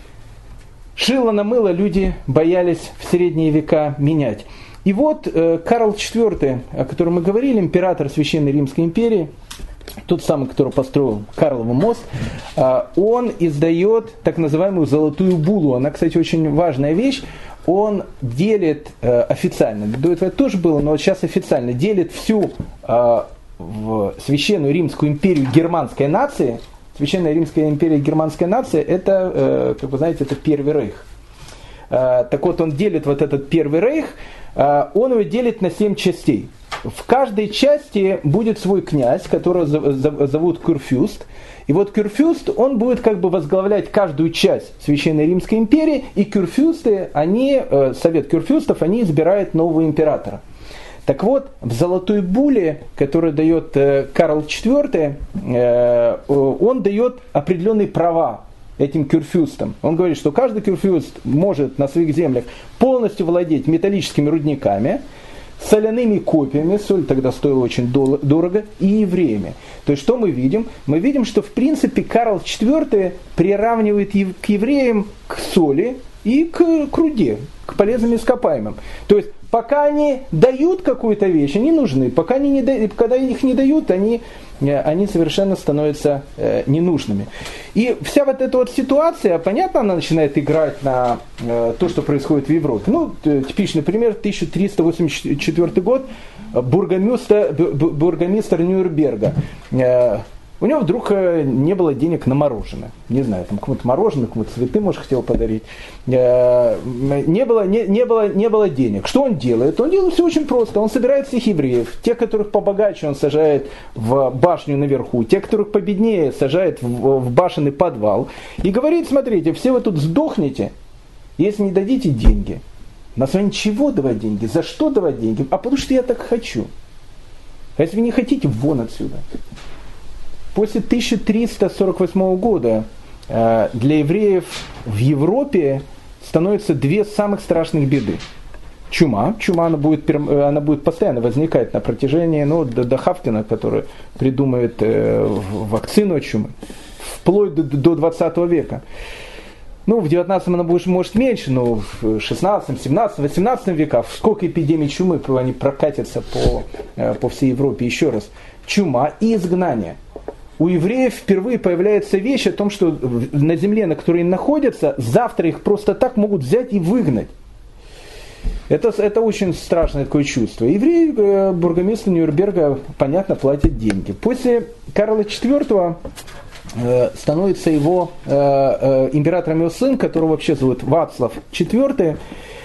S1: шило на мыло люди боялись в средние века менять. И вот э, Карл четвёртый, о котором мы говорили, император Священной Римской империи, тот самый, который построил Карлов мост, э, он издает так называемую золотую буллу. Она, кстати, очень важная вещь. Он делит э, официально, до этого это тоже было, но вот сейчас официально, делит всю э, в Священную Римскую империю германской нации. Священная Римская империя германская нация, это, э, как вы знаете, это Первый рейх. Э, так вот, он делит вот этот Первый рейх, э, он его делит на семь частей. В каждой части будет свой князь, которого зовут Курфюст. И вот Курфюст, он будет как бы возглавлять каждую часть Священной Римской империи, и Курфюсты, они, э, совет Курфюстов, они избирают нового императора. Так вот, в Золотой Булле, которую дает э, Карл четвёртый, э, он дает определенные права этим кюрфюстом. Он говорит, что каждый кюрфюст может на своих землях полностью владеть металлическими рудниками, соляными копьями, соль тогда стоила очень дорого, и евреями. То есть что мы видим? Мы видим, что в принципе Карл четвёртый приравнивает к евреям к соли и к, к руде, к полезным ископаемым. То есть пока они дают какую-то вещь, они нужны. Пока они не дают, когда их не дают, они, они совершенно становятся э, ненужными. И вся вот эта вот ситуация, понятно, она начинает играть на э, то, что происходит в Европе. Ну, типичный пример, тысяча триста восемьдесят четвёртый год, бургомистр, бургомистр Нюрнберга. Э, У него вдруг не было денег на мороженое. Не знаю, там кому-то мороженое, кому-то цветы, может, хотел подарить. Не было, не, не, было, не было денег. Что он делает? Он делает все очень просто. Он собирает всех евреев. Тех, которых побогаче, он сажает в башню наверху. Тех, которых победнее, сажает в, в башенный подвал. И говорит, смотрите, все вы тут сдохнете, если не дадите деньги. На основании чего давать деньги? За что давать деньги? А потому что я так хочу. А если вы не хотите, вон отсюда. После тысяча триста сорок восьмого года для евреев в Европе становятся две самых страшных беды. Чума. Чума она будет, она будет постоянно возникать на протяжении ну, до, до Хафтина, который придумает вакцину от чумы, вплоть до, до двадцатого века. Ну, в девятнадцатом она будет, может, меньше, но в шестнадцатом, семнадцатом, восемнадцатом веках сколько эпидемий чумы, они прокатятся по, по всей Европе еще раз. Чума и изгнание. У евреев впервые появляется вещь о том, что на земле, на которой они находятся, завтра их просто так могут взять и выгнать. Это, это очень страшное такое чувство. Евреи, бургомистр Нюрнберга, понятно, платят деньги. После Карла четвёртого э, становится его э, э, императором его сын, которого вообще зовут Вацлав четвёртый.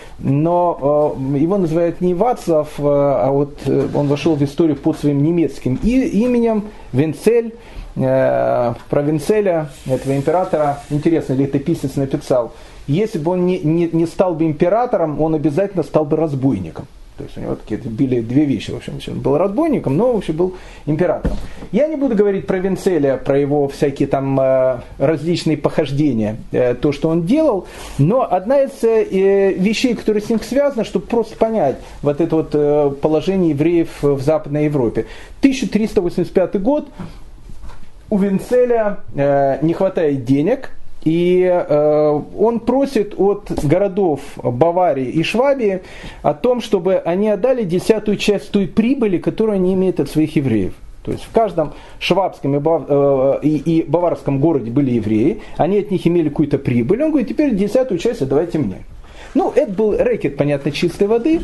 S1: Но э, его называют не Вацлав, э, а вот э, он вошел в историю под своим немецким и, именем Венцель. Э, про Венцеля, этого императора, интересно, летописец написал, если бы он не, не, не стал бы императором, он обязательно стал бы разбойником. То есть у него такие были две вещи. В общем, он был разбойником, но в общем, был императором. Я не буду говорить про Венцеля, про его всякие там различные похождения, то, что он делал, но одна из вещей, которая с ним связана, чтобы просто понять вот это вот положение евреев в Западной Европе. тысяча триста восемьдесят пятый год, у Венцеля не хватает денег, и э, он просит от городов Баварии и Швабии о том, чтобы они отдали десятую часть той прибыли, которую они имеют от своих евреев. То есть в каждом швабском и, бав, э, и, и баварском городе были евреи, они от них имели какую-то прибыль. Он говорит, теперь десятую часть отдавайте мне. Ну, это был рэкет, понятно, чистой воды.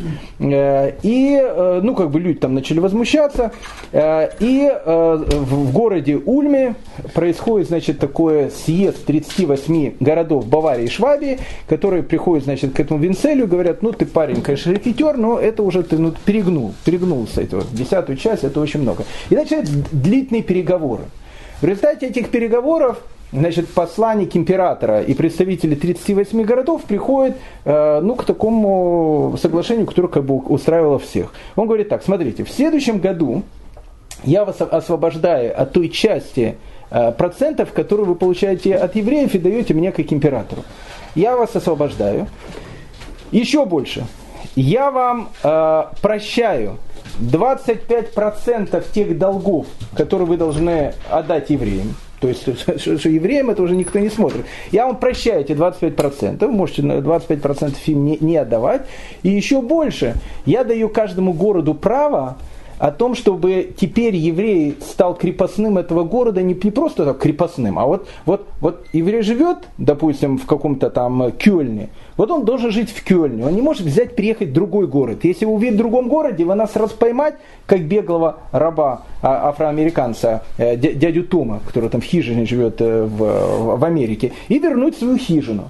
S1: И, ну, как бы люди там начали возмущаться. И в городе Ульме происходит, значит, такой съезд тридцати восьми городов Баварии и Швабии, которые приходят, значит, к этому Венцелю и говорят, ну, ты, парень, конечно, рэкетер, но это уже ты ну, перегнул, перегнул с этого. Десятую часть, это очень много. И начинаются длительные переговоры. В результате этих переговоров, значит, посланник императора и представители тридцати восьми городов приходят э, ну, к такому соглашению, которое как бы устраивало всех. Он говорит так, смотрите, в следующем году я вас освобождаю от той части э, процентов, которые вы получаете от евреев и даете мне как императору. Я вас освобождаю. Еще больше. Я вам э, прощаю двадцать пять процентов тех долгов, которые вы должны отдать евреям. То есть, что, что евреям это уже никто не смотрит. Я вам прощаю эти двадцать пять процентов, можете двадцать пять процентов им не, не отдавать. И еще больше, я даю каждому городу право о том, чтобы теперь еврей стал крепостным этого города, не, не просто так крепостным, а вот, вот, вот еврей живет, допустим, в каком-то там Кёльне, вот он должен жить в Кёльне, он не может взять, приехать в другой город. Если вы увидите в другом городе, вы нас сразу поймать, как беглого раба афроамериканца, дядю Тома, который там в хижине живет в, в Америке, и вернуть свою хижину.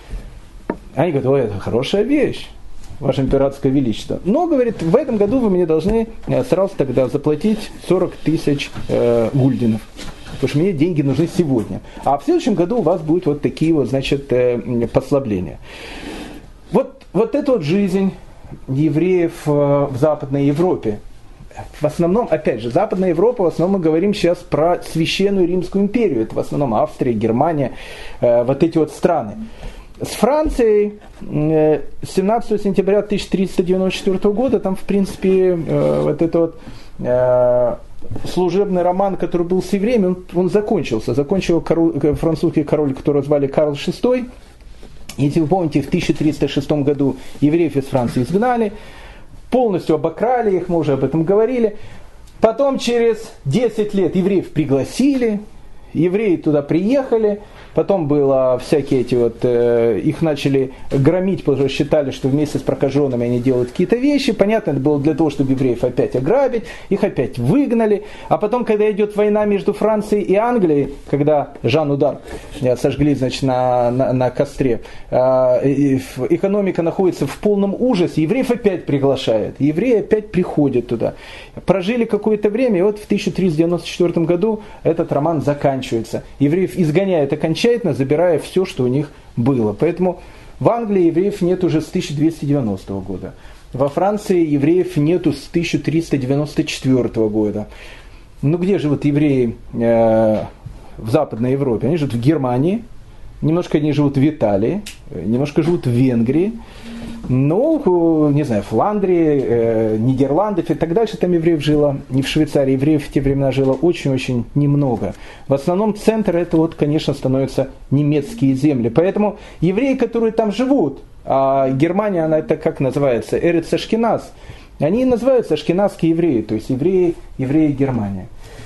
S1: Они говорят, ой, это хорошая вещь, Ваше Императорское Величество. Но, говорит, в этом году вы мне должны сразу тогда заплатить сорок тысяч э, гульденов. Потому что мне деньги нужны сегодня. А в следующем году у вас будут вот такие вот, значит, э, послабления. Вот, вот эта вот жизнь евреев э, в Западной Европе. в основном, опять же, Западная Европа, в основном мы говорим сейчас про Священную Римскую империю. Это в основном Австрия, Германия, э, вот эти вот страны. С Францией э, семнадцатого сентября тысяча триста девяносто четвёртого года, там, в принципе, э, вот это вот э, служебный роман, который был с евреями, он, он закончился. Закончил король, французский король, которого звали Карл шестой. Если вы помните, в тысяча триста шестом году евреев из Франции изгнали, полностью обокрали их, мы уже об этом говорили. Потом через десять лет евреев пригласили, евреи туда приехали, потом было всякие эти вот, э, их начали громить, потому что считали, что вместе с прокаженными они делают какие-то вещи. Понятно, это было для того, чтобы евреев опять ограбить, их опять выгнали. А потом, когда идет война между Францией и Англией, когда Жанну д'Арк сожгли, значит, на, на, на костре, э, экономика находится в полном ужасе, евреев опять приглашают, евреи опять приходят туда. Прожили какое-то время, и вот в тысяча триста девяносто четвёртом году этот роман заканчивается. Евреев изгоняют окончательно, забирая все, что у них было. Поэтому в Англии евреев нет уже с тысяча двести девяностого года. Во Франции евреев нету с тысяча триста девяносто четвёртого года. Ну где живут евреи э, в Западной Европе? Они живут в Германии, немножко они живут в Италии, немножко живут в Венгрии. Ну, не знаю, Фландрии, э, Нидерландов и так дальше, там евреев жило, не в Швейцарии, евреев в те времена жило очень-очень немного. В основном центр это вот, конечно, становятся немецкие земли. Поэтому евреи, которые там живут, а Германия, она это как называется, Эрец Ашкеназ, они называются ашкеназские евреи, то есть евреи, евреи Германии.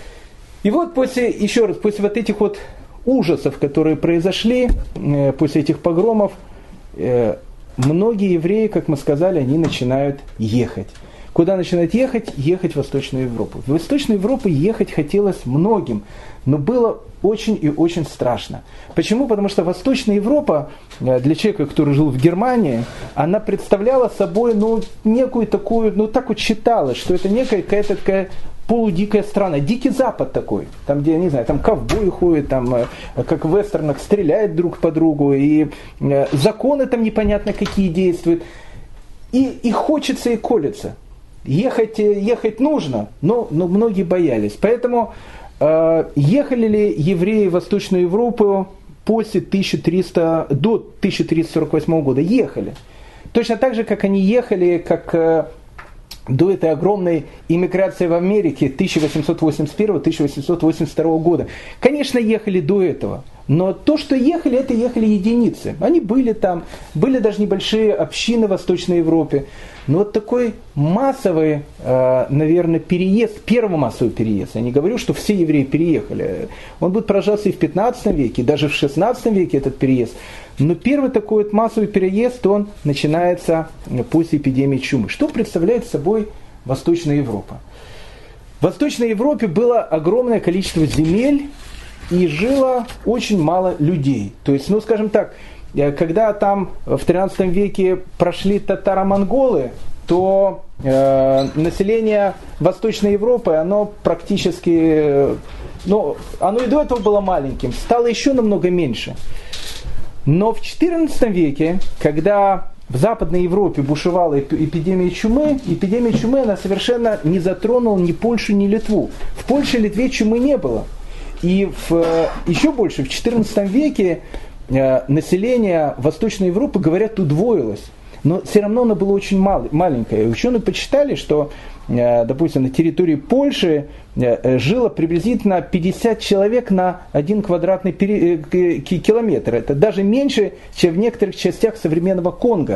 S1: И вот после, еще раз, после вот этих вот ужасов, которые произошли, э, после этих погромов, э, многие евреи, как мы сказали, они начинают ехать. Куда начинают ехать? Ехать в Восточную Европу. В Восточную Европу ехать хотелось многим, но было очень и очень страшно. Почему? Потому что Восточная Европа, для человека, который жил в Германии, она представляла собой, ну, некую такую, ну, так вот считалось, что это некая какая-то такая полудикая страна, дикий запад такой, там где, не знаю, там ковбои ходят, там, как в вестернах, стреляют друг по другу, и э, законы там непонятно какие действуют, и, и хочется, и колется. Ехать, ехать нужно, но, но многие боялись. Поэтому э, ехали ли евреи в Восточную Европу после тысяча триста, до тысяча триста сорок восьмого года? Ехали. Точно так же, как они ехали, как... Э, до этой огромной иммиграции в Америке тысяча восемьсот восемьдесят первого — тысяча восемьсот восемьдесят второго года. Конечно, ехали до этого, но то, что ехали, это ехали единицы. Они были там, были даже небольшие общины в Восточной Европе. Но вот такой массовый, наверное, переезд, первый массовый переезд, я не говорю, что все евреи переехали, он будет продолжаться и в пятнадцатом веке, даже в шестнадцатом веке этот переезд. Но первый такой вот массовый переезд, он начинается после эпидемии чумы. Что представляет собой Восточная Европа? В Восточной Европе было огромное количество земель и жило очень мало людей. То есть, ну скажем так, когда там в тринадцатом веке прошли татаро-монголы, то э, население Восточной Европы, оно практически, ну, оно и до этого было маленьким, стало еще намного меньше. Но в четырнадцатом веке, когда в Западной Европе бушевала эпидемия чумы, эпидемия чумы, она совершенно не затронула ни Польшу, ни Литву. В Польше и Литве чумы не было. И в, еще больше, в четырнадцатом веке население Восточной Европы, говорят, удвоилось. Но все равно оно было очень мал, маленькое. Ученые подсчитали, что, допустим, на территории Польши жило приблизительно пятьдесят человек на один квадратный километр. Это даже меньше, чем в некоторых частях современного Конго.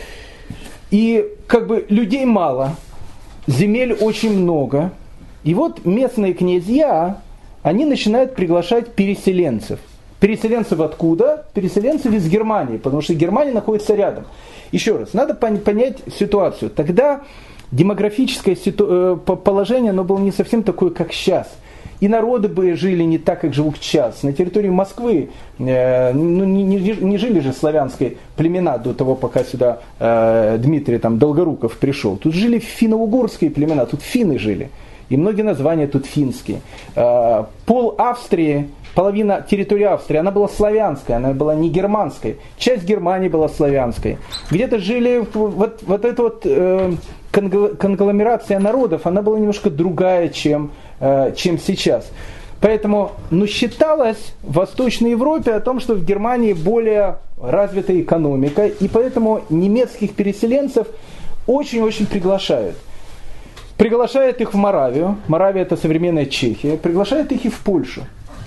S1: И как бы людей мало, земель очень много. И вот местные князья, они начинают приглашать переселенцев. Переселенцев откуда? Переселенцев из Германии, потому что Германия находится рядом. Еще раз, надо понять ситуацию. Тогда демографическое ситу... положение, оно было не совсем такое, как сейчас. И народы бы жили не так, как живут сейчас. На территории Москвы э, ну, не, не, не жили же славянские племена до того, пока сюда э, Дмитрий там, Долгоруков пришел. Тут жили финно-угорские племена, тут финны жили. И многие названия тут финские. Э, пол Австрии половина территории Австрии, она была славянская, она была не германской. Часть Германии была славянской. Где-то жили, вот, вот эта вот э, конгломерация народов, она была немножко другая, чем, э, чем сейчас. Поэтому, ну, считалось в Восточной Европе о том, что в Германии более развитая экономика, и поэтому немецких переселенцев очень-очень приглашают. Приглашают их в Моравию, Моравия это современная Чехия, приглашают их и в Польшу.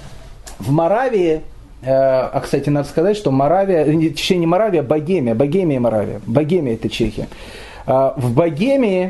S1: В Моравии, э, а, кстати, надо сказать, что Моравия, точнее не Моравия, а Богемия, Богемия и Моравия, Богемия это Чехия. Э, в Богемии,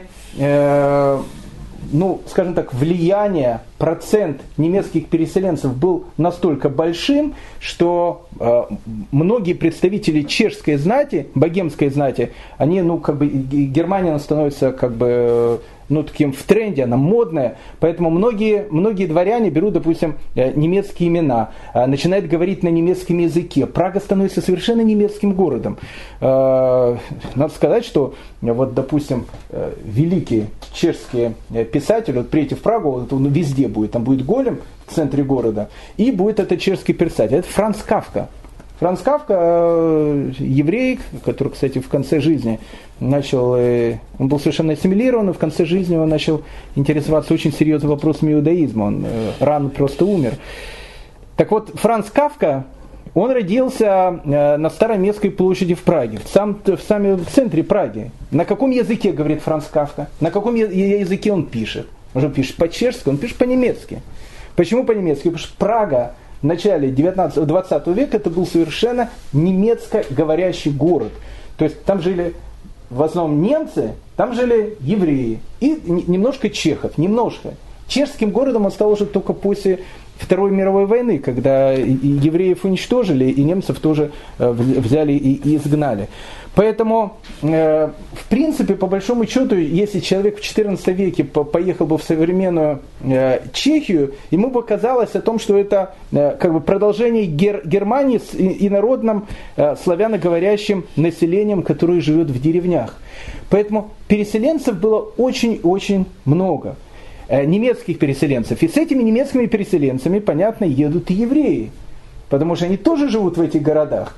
S1: э, ну, скажем так, влияние, процент немецких переселенцев был настолько большим, что э, многие представители чешской знати, богемской знати, они, ну, как бы, Германия она становится, как бы, ну, таким в тренде, она модная, поэтому многие, многие дворяне берут, допустим, немецкие имена, начинают говорить на немецком языке. Прага становится совершенно немецким городом. Надо сказать, что вот, допустим, великие чешские писатели, вот приедете в Прагу, вот он везде будет, там будет голем в центре города, и будет этот чешский писатель, это Франц Кафка. Франц Кафка, еврей, который, кстати, в конце жизни начал, он был совершенно ассимилирован, и в конце жизни он начал интересоваться очень серьезным вопросами иудаизма, он рано просто умер. Так вот, Франц Кафка, он родился на Староместской площади в Праге, в, сам, в самом центре Праги. На каком языке говорит Франц Кафка? На каком языке он пишет? Он же пишет по-чешски, он пишет по-немецки. Почему по-немецки? Потому что Прага в начале девятнадцатого-двадцатого века это был совершенно немецко-говорящий город. То есть там жили в основном немцы, там жили евреи и немножко чехов, немножко. Чешским городом он стал уже только после Второй мировой войны, когда и евреев уничтожили, и немцев тоже взяли и изгнали. Поэтому, в принципе, по большому счету, если человек в четырнадцатом веке поехал бы в современную Чехию, ему бы казалось о том, что это как бы продолжение Германии с инородным славяноговорящим населением, которое живет в деревнях. Поэтому переселенцев было очень-очень много. Немецких переселенцев. И с этими немецкими переселенцами, понятно, едут и евреи. Потому что они тоже живут в этих городах.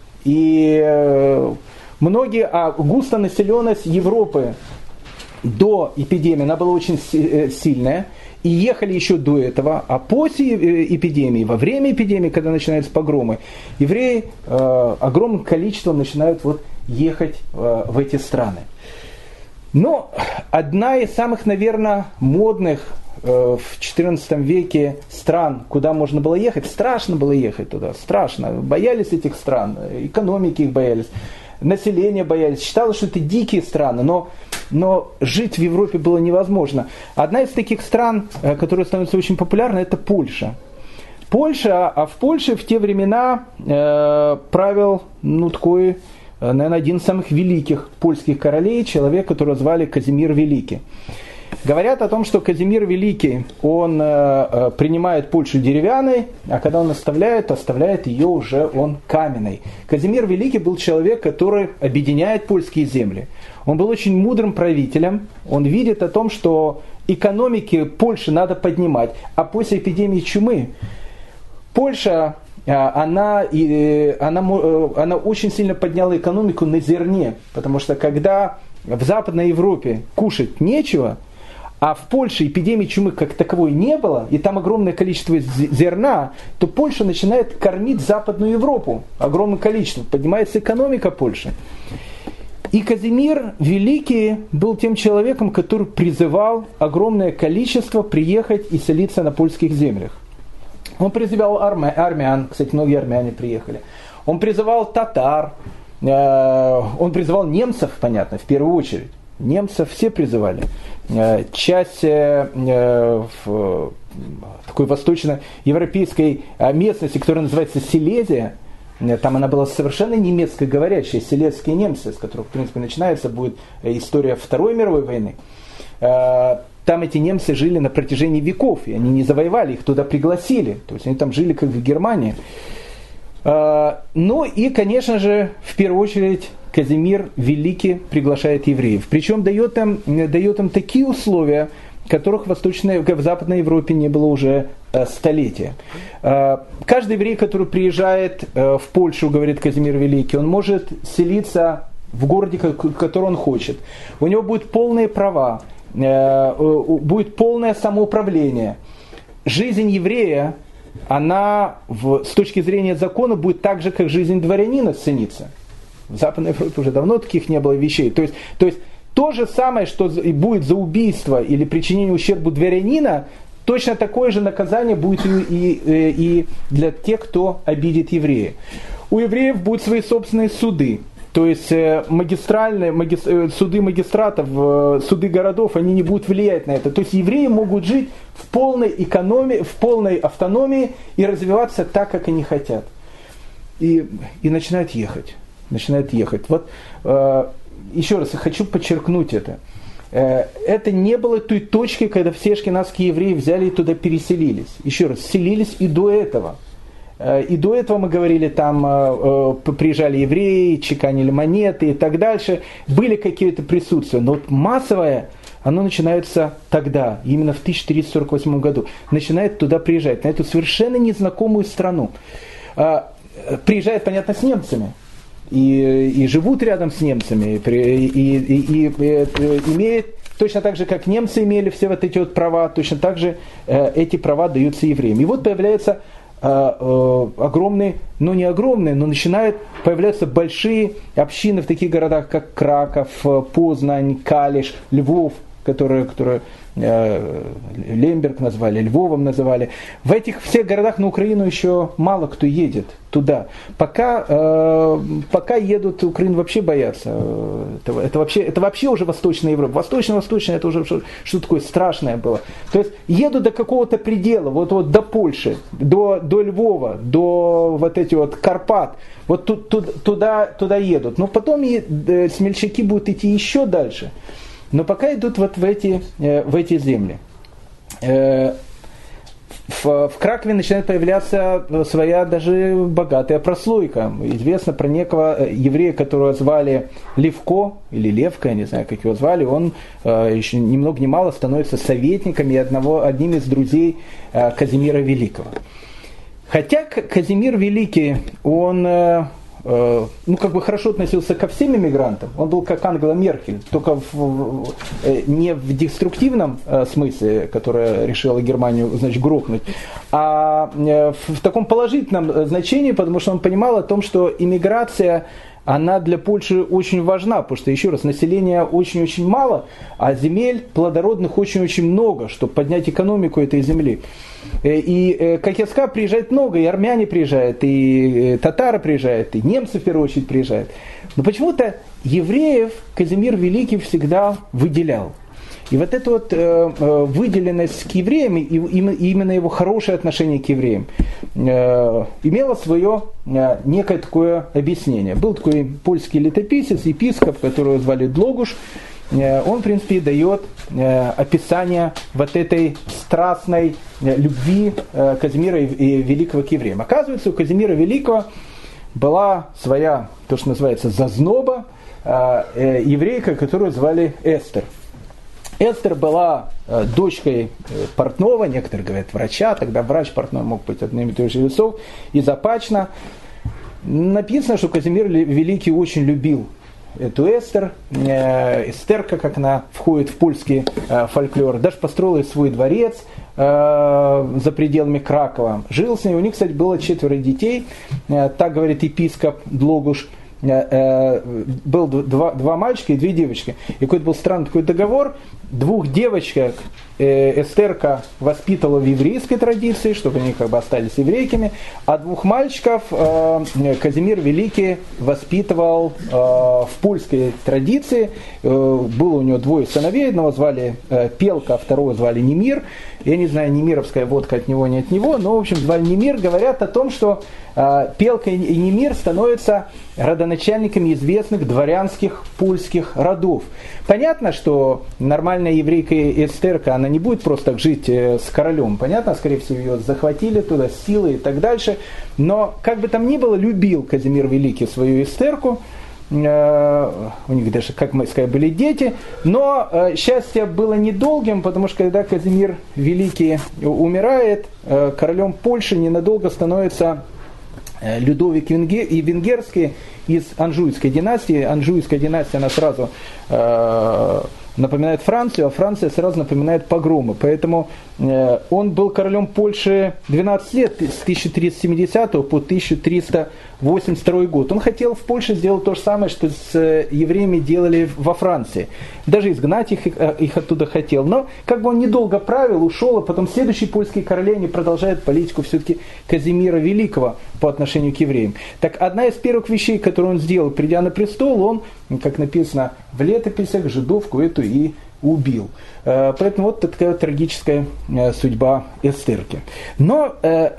S1: И многие, а густонаселенность Европы до эпидемии, она была очень сильная. И ехали еще до этого. А после эпидемии, во время эпидемии, когда начинаются погромы, евреи огромным количеством начинают вот ехать в эти страны. Но одна из самых, наверное, модных э, в четырнадцатом веке стран, куда можно было ехать, страшно было ехать туда, страшно. Боялись этих стран, экономики их боялись, население боялись. Считалось, что это дикие страны, но, но жить в Европе было невозможно. Одна из таких стран, э, которая становится очень популярной, это Польша. Польша, а в Польше в те времена э, правил, ну, такой... наверное, один из самых великих польских королей, человек, которого звали Казимир Великий. Говорят о том, что Казимир Великий, он э, принимает Польшу деревянной, а когда он оставляет, то оставляет ее уже он каменной. Казимир Великий был человек, который объединяет польские земли. Он был очень мудрым правителем, он видит о том, что экономики Польши надо поднимать, а после эпидемии чумы Польша... Она, она, она очень сильно подняла экономику на зерне, потому что когда в Западной Европе кушать нечего, а в Польше эпидемии чумы как таковой не было, и там огромное количество зерна, то Польша начинает кормить Западную Европу огромным количеством, поднимается экономика Польши. И Казимир Великий был тем человеком, который призывал огромное количество приехать и селиться на польских землях. Он призывал армя, армян, кстати, многие армяне приехали. Он призывал татар, э, он призывал немцев, понятно, в первую очередь. Немцев все призывали. Э, часть э, в такой восточноевропейской местности, которая называется Силезия, там она была совершенно немецкоговорящая, силезские немцы, с которых, в принципе, начинается будет история Второй мировой войны. Э, Там эти немцы жили на протяжении веков, и они не завоевали, их туда пригласили. То есть они там жили как в Германии. Ну и, конечно же, в первую очередь Казимир Великий приглашает евреев. Причем дает им, дает им такие условия, которых в, Восточной, в Западной Европе не было уже э, столетия. Э, каждый еврей, который приезжает э, в Польшу, говорит Казимир Великий, он может селиться в городе, который он хочет. У него будут полные права, э, будет полное самоуправление. Жизнь еврея, она в, с точки зрения закона будет так же, как жизнь дворянина ценится. В Западной Европе уже давно таких не было вещей. То есть, то есть то же самое, что будет за убийство или причинение ущерба дворянина, точно такое же наказание будет и, и, и для тех, кто обидит еврея. У евреев будут свои собственные суды. То есть магистральные маги, суды магистратов, суды городов, они не будут влиять на это. То есть евреи могут жить в полной экономии, в полной автономии и развиваться так, как они хотят. И, и начинают ехать. Начинают ехать. Вот э, еще раз я хочу подчеркнуть это. Э, это не было той точки, когда все ашкеназские евреи взяли и туда переселились. Еще раз, селились и до этого. И до этого мы говорили, там э, приезжали евреи, чеканили монеты и так дальше. Были какие-то присутствия. Но вот массовое, оно начинается тогда, именно в тысяча четыреста сорок восьмом году. Начинает туда приезжать, на эту совершенно незнакомую страну. Э, приезжает, понятно, с немцами. И, и живут рядом с немцами. И, и, и, и, и имеют, точно так же, как немцы имели все вот эти вот права, точно так же э, эти права даются евреям. И вот появляется огромные, ну не огромные, но начинают появляться большие общины в таких городах, как Краков, Познань, Калиш, Львов, которые, которые э, Лемберг назвали, Львовом называли. В этих всех городах на Украину еще мало кто едет туда. Пока, э, пока едут, Украину вообще боятся. Это, это, вообще, это вообще уже Восточная Европа. Восточно-восточная, это уже что, что такое страшное было. То есть едут до какого-то предела, вот, вот до Польши, до, до Львова, до вот эти вот Карпат. Вот ту, ту, туда, туда едут. Но потом и, э, смельчаки будут идти еще дальше. Но пока идут вот в эти, в эти земли. В, в Кракове начинает появляться своя даже богатая прослойка. Известно про некого еврея, которого звали Левко, или Левка, я не знаю, как его звали. Он еще ни много ни мало становится советником и одного, одним из друзей Казимира Великого. Хотя Казимир Великий, он... ну, как бы хорошо относился ко всем иммигрантам. Он был как Ангела Меркель, только в, в, не в деструктивном смысле, которая решила Германию, значит, грохнуть, а в, в таком положительном значении, потому что он понимал о том, что иммиграция, она для Польши очень важна, потому что, еще раз, населения очень-очень мало, а земель плодородных очень-очень много, чтобы поднять экономику этой земли. И, как я сказал, приезжает много, и армяне приезжают, и татары приезжают, и немцы в первую очередь приезжают. Но почему-то евреев Казимир Великий всегда выделял. И вот эта вот э, выделенность к евреям, и, и именно его хорошее отношение к евреям, э, имело свое э, некое такое объяснение. Был такой польский летописец, епископ, которого звали Длогуш. Э, он, в принципе, дает э, описание вот этой страстной э, любви э, Казимира и, и Великого к евреям. Оказывается, у Казимира Великого была своя, то, что называется, зазноба, э, э, еврейка, которую звали Эстер. Эстер была э, дочкой э, портного, некоторые говорят врача, тогда врач-портной мог быть одним и тем же лицом, из Опачна. Написано, что Казимир Великий очень любил эту Эстер, э, Эстерка, как она входит в польский э, фольклор, даже построила свой дворец э, за пределами Кракова. Жил с ней, у них, кстати, было четверо детей, э, так говорит епископ Длогуш. Был два, два мальчика и две девочки. И какой-то был странный такой договор. Двух девочек Эстерка воспитывала в еврейской традиции, чтобы они как бы остались еврейками, а двух мальчиков Казимир Великий воспитывал в польской традиции. Было у него двое сыновей, одного звали Пелка, а второго звали Немир. Я не знаю, немировская водка от него, не от него, но, в общем, звали Немир. Говорят о том, что Пелка и Немир становятся родоначальниками известных дворянских польских родов. Понятно, что нормальная еврейка Эстерка, она не будет просто так жить с королем. Понятно, скорее всего, ее захватили туда силой и так дальше. Но, как бы там ни было, любил Казимир Великий свою Эстерку. э, у них даже, как мы сказали, были дети, но э, счастье было недолгим, потому что когда Казимир Великий умирает, э, королем Польши ненадолго становится э, Людовик Венгер, и Венгерский из Анжуйской династии. Анжуйская династия, она сразу э, напоминает Францию, а Франция сразу напоминает погромы. Поэтому э, он был королем Польши двенадцать лет, с тысяча триста семидесятого по тысяча триста восемьдесят второй год. Он хотел в Польше сделать то же самое, что с э, евреями делали во Франции. Даже изгнать их, их оттуда хотел. Но как бы он недолго правил, ушел, а потом следующие польские короли, они продолжают политику все-таки Казимира Великого по отношению к евреям. Так одна из первых вещей, которую он сделал, придя на престол, он, как написано в летописях, жидовку эту и убил. Поэтому вот такая трагическая судьба Эстерки. Но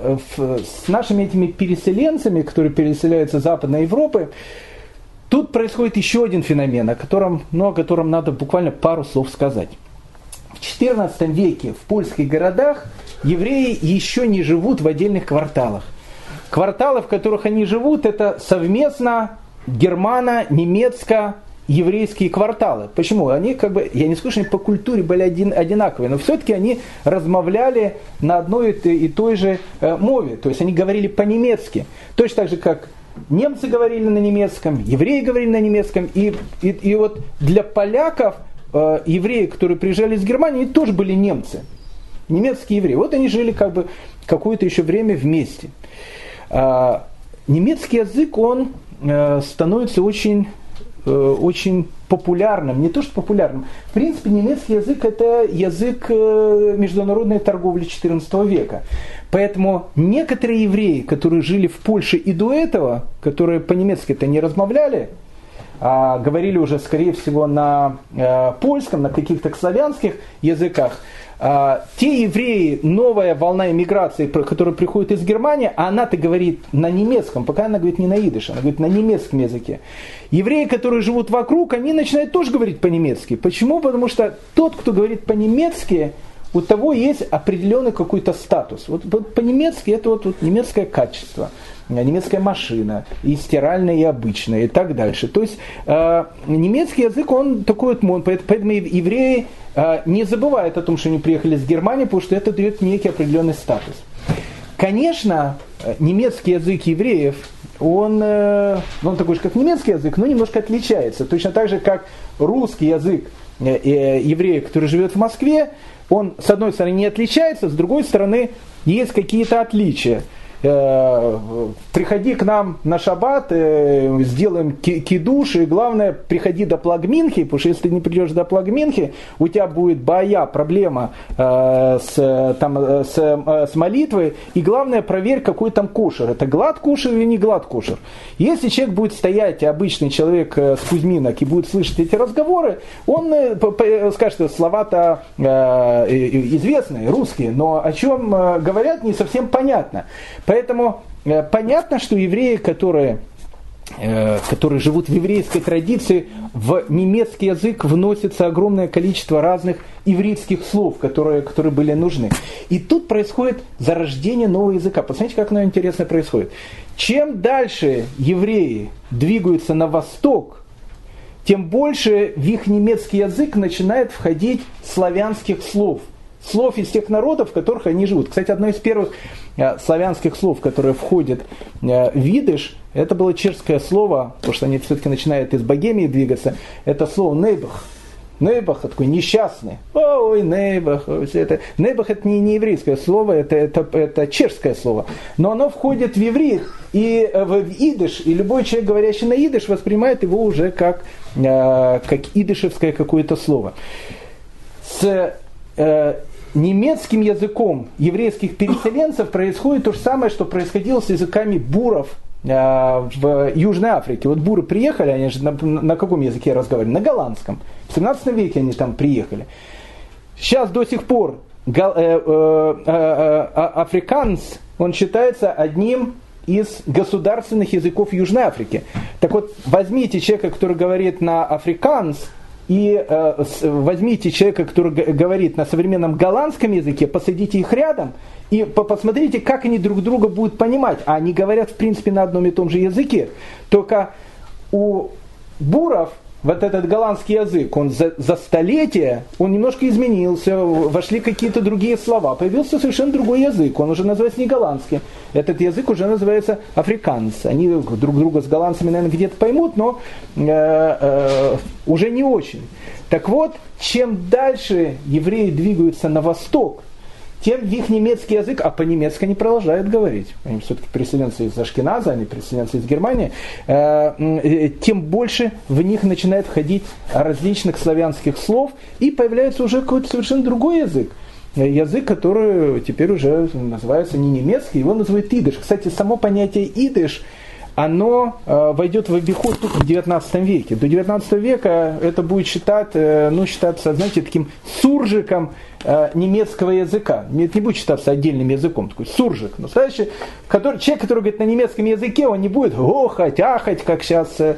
S1: с нашими этими переселенцами, которые переселяются из Западной Европы, тут происходит еще один феномен, о котором, ну, о котором надо буквально пару слов сказать. В четырнадцатом веке в польских городах евреи еще не живут в отдельных кварталах. Кварталы, в которых они живут, это совместно германо-немецко еврейские кварталы. Почему? Они как бы, я не скажу, что они по культуре были один, одинаковые, но все-таки они размовляли на одной и той же э, мове. То есть они говорили по-немецки. Точно так же, как немцы говорили на немецком, евреи говорили на немецком. И, и, и вот для поляков э, евреи, которые приезжали из Германии, они тоже были немцы. Немецкие евреи. Вот они жили как бы какое-то еще время вместе. Э, немецкий язык, он э, становится очень... очень популярным, не то что популярным. В принципе, немецкий язык – это язык международной торговли четырнадцатого века. Поэтому некоторые евреи, которые жили в Польше и до этого, которые по-немецки-то не размовляли, а говорили уже, скорее всего, на э, польском, на каких-то славянских языках, э, те евреи, новая волна иммиграции, которая приходит из Германии, а она-то говорит на немецком, пока она говорит не на идыше, она говорит на немецком языке. Евреи, которые живут вокруг, они начинают тоже говорить по-немецки. Почему? Потому что тот, кто говорит по-немецки, у того есть определенный какой-то статус. Вот, вот по-немецки это вот, вот немецкое качество, немецкая машина, и стиральная, и обычная, и так дальше. То есть э, немецкий язык, он такой вот, поэтому евреи э, не забывают о том, что они приехали из Германии, потому что это дает некий определенный статус. Конечно, немецкий язык евреев, он, э, он такой же, как немецкий язык, но немножко отличается. Точно так же, как русский язык э, э, еврея, который живет в Москве, он, с одной стороны, не отличается, с другой стороны, есть какие-то отличия. Приходи к нам на шаббат, сделаем кидуш, и главное, приходи до плагминхи, потому что если ты не придешь до плагминхи, у тебя будет бая, проблема с, там, с, с молитвой, и главное, проверь, какой там кошер. Это глад кошер или не глад кошер. Если человек будет стоять, обычный человек с Кузьминок, и будет слышать эти разговоры, он скажет, что слова-то известные, русские, но о чем говорят, не совсем понятно. Поэтому э, понятно, что евреи, которые, э, которые живут в еврейской традиции, в немецкий язык вносится огромное количество разных ивритских слов, которые, которые были нужны. И тут происходит зарождение нового языка. Посмотрите, как оно интересно происходит. Чем дальше евреи двигаются на восток, тем больше в их немецкий язык начинает входить славянских слов. Слов из тех народов, в которых они живут. Кстати, одно из первых э, славянских слов, которое входит э, в идыш, это было чешское слово, потому что они все-таки начинают из Богемии двигаться, это слово «нейбах». Нейбах такой несчастный. Ой, нейбах. Все это. Нейбах это не, не еврейское слово, это, это, это чешское слово. Но оно входит в иврит и в идыш, и любой человек, говорящий на идыш, воспринимает его уже как, э, как идышевское какое-то слово. С э, немецким языком еврейских переселенцев происходит то же самое, что происходило с языками буров в Южной Африке. Вот буры приехали, они же на, на каком языке разговаривали? На голландском. В семнадцатом веке они там приехали. Сейчас до сих пор гал, э, э, э, э, африканс, он считается одним из государственных языков Южной Африки. Так вот, возьмите человека, который говорит на африканс, и э, возьмите человека, который г- говорит на современном голландском языке, посадите их рядом, и по- посмотрите, как они друг друга будут понимать. А они говорят, в принципе, на одном и том же языке. Только у Буров, вот этот голландский язык, он за, за столетия, он немножко изменился, вошли какие-то другие слова, появился совершенно другой язык, он уже называется не голландский, этот язык уже называется африканс. Они друг друга с голландцами, наверное, где-то поймут, но э, э, уже не очень. Так вот, чем дальше евреи двигаются на восток, тем их немецкий язык, а по-немецки они продолжают говорить, они все-таки переселенцы из Ашкеназа, они переселенцы из Германии, тем больше в них начинает входить различных славянских слов, и появляется уже какой-то совершенно другой язык. Язык, который теперь уже называется не немецкий, его называют идыш. Кстати, само понятие идыш, оно э, войдет в обиход только в девятнадцатом веке. До девятнадцатого века это будет считать, э, ну, считаться, знаете, таким суржиком э, немецкого языка. Это не будет считаться отдельным языком, такой суржик. Настоящий, который, человек, который говорит на немецком языке, он не будет охать, ахать, как сейчас э,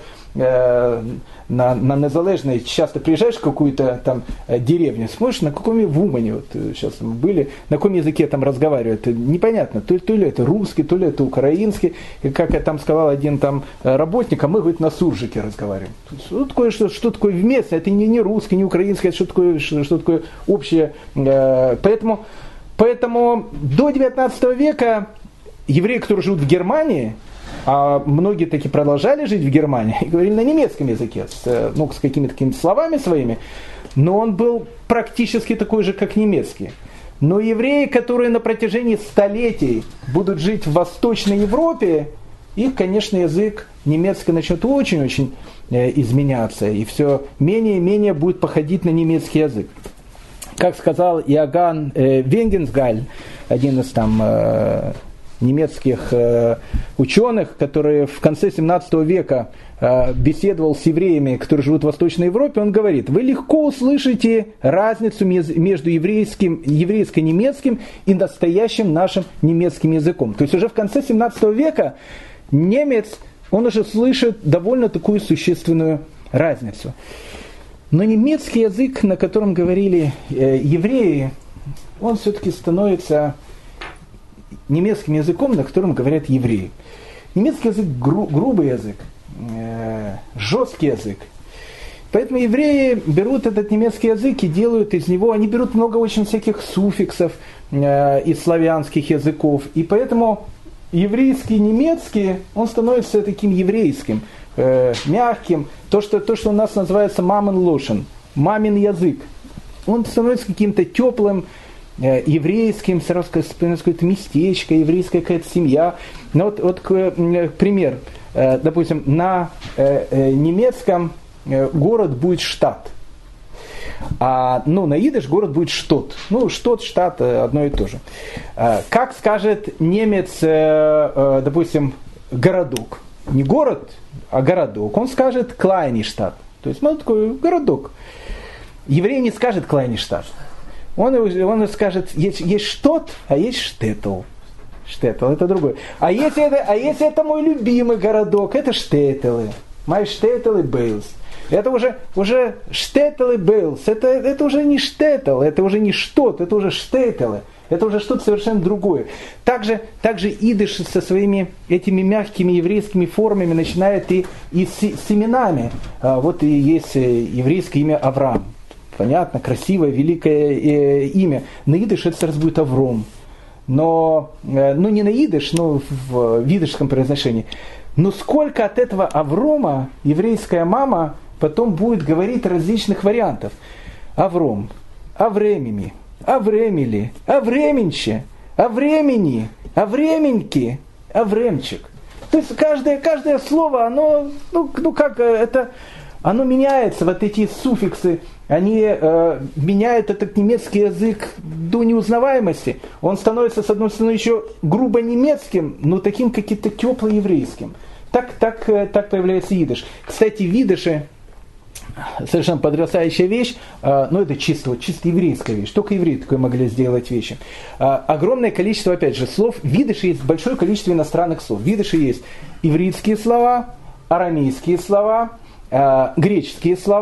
S1: на, на Незалежной. Часто приезжаешь в какую-то там деревню, смотришь, на каком в Умане, вот сейчас мы были, на каком языке там разговаривают, непонятно, то, то ли это русский, то ли это украинский, и как я там сказал один там работник, а мы, говорит, на суржике разговариваем. Что такое, что, что такое вместо, это не, не русский, не украинский, это что такое, что, что такое общее. Поэтому, поэтому до девятнадцатого века евреи, которые живут в Германии, а многие таки продолжали жить в Германии и говорили на немецком языке, с, ну, с какими-то такими словами своими, но он был практически такой же, как немецкий. Но евреи, которые на протяжении столетий будут жить в Восточной Европе, их, конечно, язык немецкий начнет очень-очень э, изменяться, и все менее и менее будет походить на немецкий язык. Как сказал Иоганн э, Венгенсгаль, один из там... Э, немецких э, ученых, который в конце семнадцатого века э, беседовал с евреями, которые живут в Восточной Европе, он говорит, вы легко услышите разницу между еврейским, еврейско-немецким и настоящим нашим немецким языком. То есть уже в конце семнадцатого века немец, он уже слышит довольно такую существенную разницу. Но немецкий язык, на котором говорили э, евреи, он все-таки становится немецким языком, на котором говорят евреи. Немецкий язык гру, грубый язык, э, жесткий язык. Поэтому евреи берут этот немецкий язык и делают из него, они берут много очень всяких суффиксов э, из славянских языков. И поэтому еврейский немецкий, он становится таким еврейским, э, мягким. То что, то, что у нас называется мамин лошен, мамин язык. Он становится каким-то теплым, еврейским, сразу вспоминается какое-то местечко, еврейская какая-то семья. Ну, вот, вот пример. Допустим, на немецком город будет штат. А ну, на идыш город будет штот. Ну, штот, штат, одно и то же. Как скажет немец, допустим, городок? Не город, а городок. Он скажет клайништадт. То есть, ну, такой городок. Еврей не скажет клайништадт. Он, он скажет, есть, есть штот, а есть штетл. Штетл, это другое. А если это, а если это мой любимый городок, это штетлы. Май штетлы Бейлс. Это уже, уже штетлы Бейлс. Это, это уже не штетл, это уже не штот, это уже штетлы. Это уже что-то совершенно другое. Также, также идыш со своими этими мягкими еврейскими формами начинает и, и с, с именами. А, вот и есть еврейское имя Авраам. Понятно, красивое, великое э, имя. На идыш это сразу будет Авром. Но, э, ну не на идыш, но в, в идышском произношении. Но сколько от этого Аврома еврейская мама потом будет говорить различных вариантов. Авром, Авремими, Авремили, Авременче, Авремени, Авременьки, Авремчик. То есть каждое, каждое слово, оно, ну, ну как это, оно меняется, вот эти суффиксы, они э, меняют этот немецкий язык до неузнаваемости. Он становится, с одной стороны, еще грубо немецким, но таким каким-то тепло-еврейским. Так, так, так появляется идыш. Кстати, в идыше совершенно потрясающая вещь, э, но это чисто, чисто еврейская вещь. Только евреи такое могли сделать вещи. Э, огромное количество, опять же, слов. В идыше есть большое количество иностранных слов. В идыше есть ивритские слова, арамейские слова, э, греческие слова,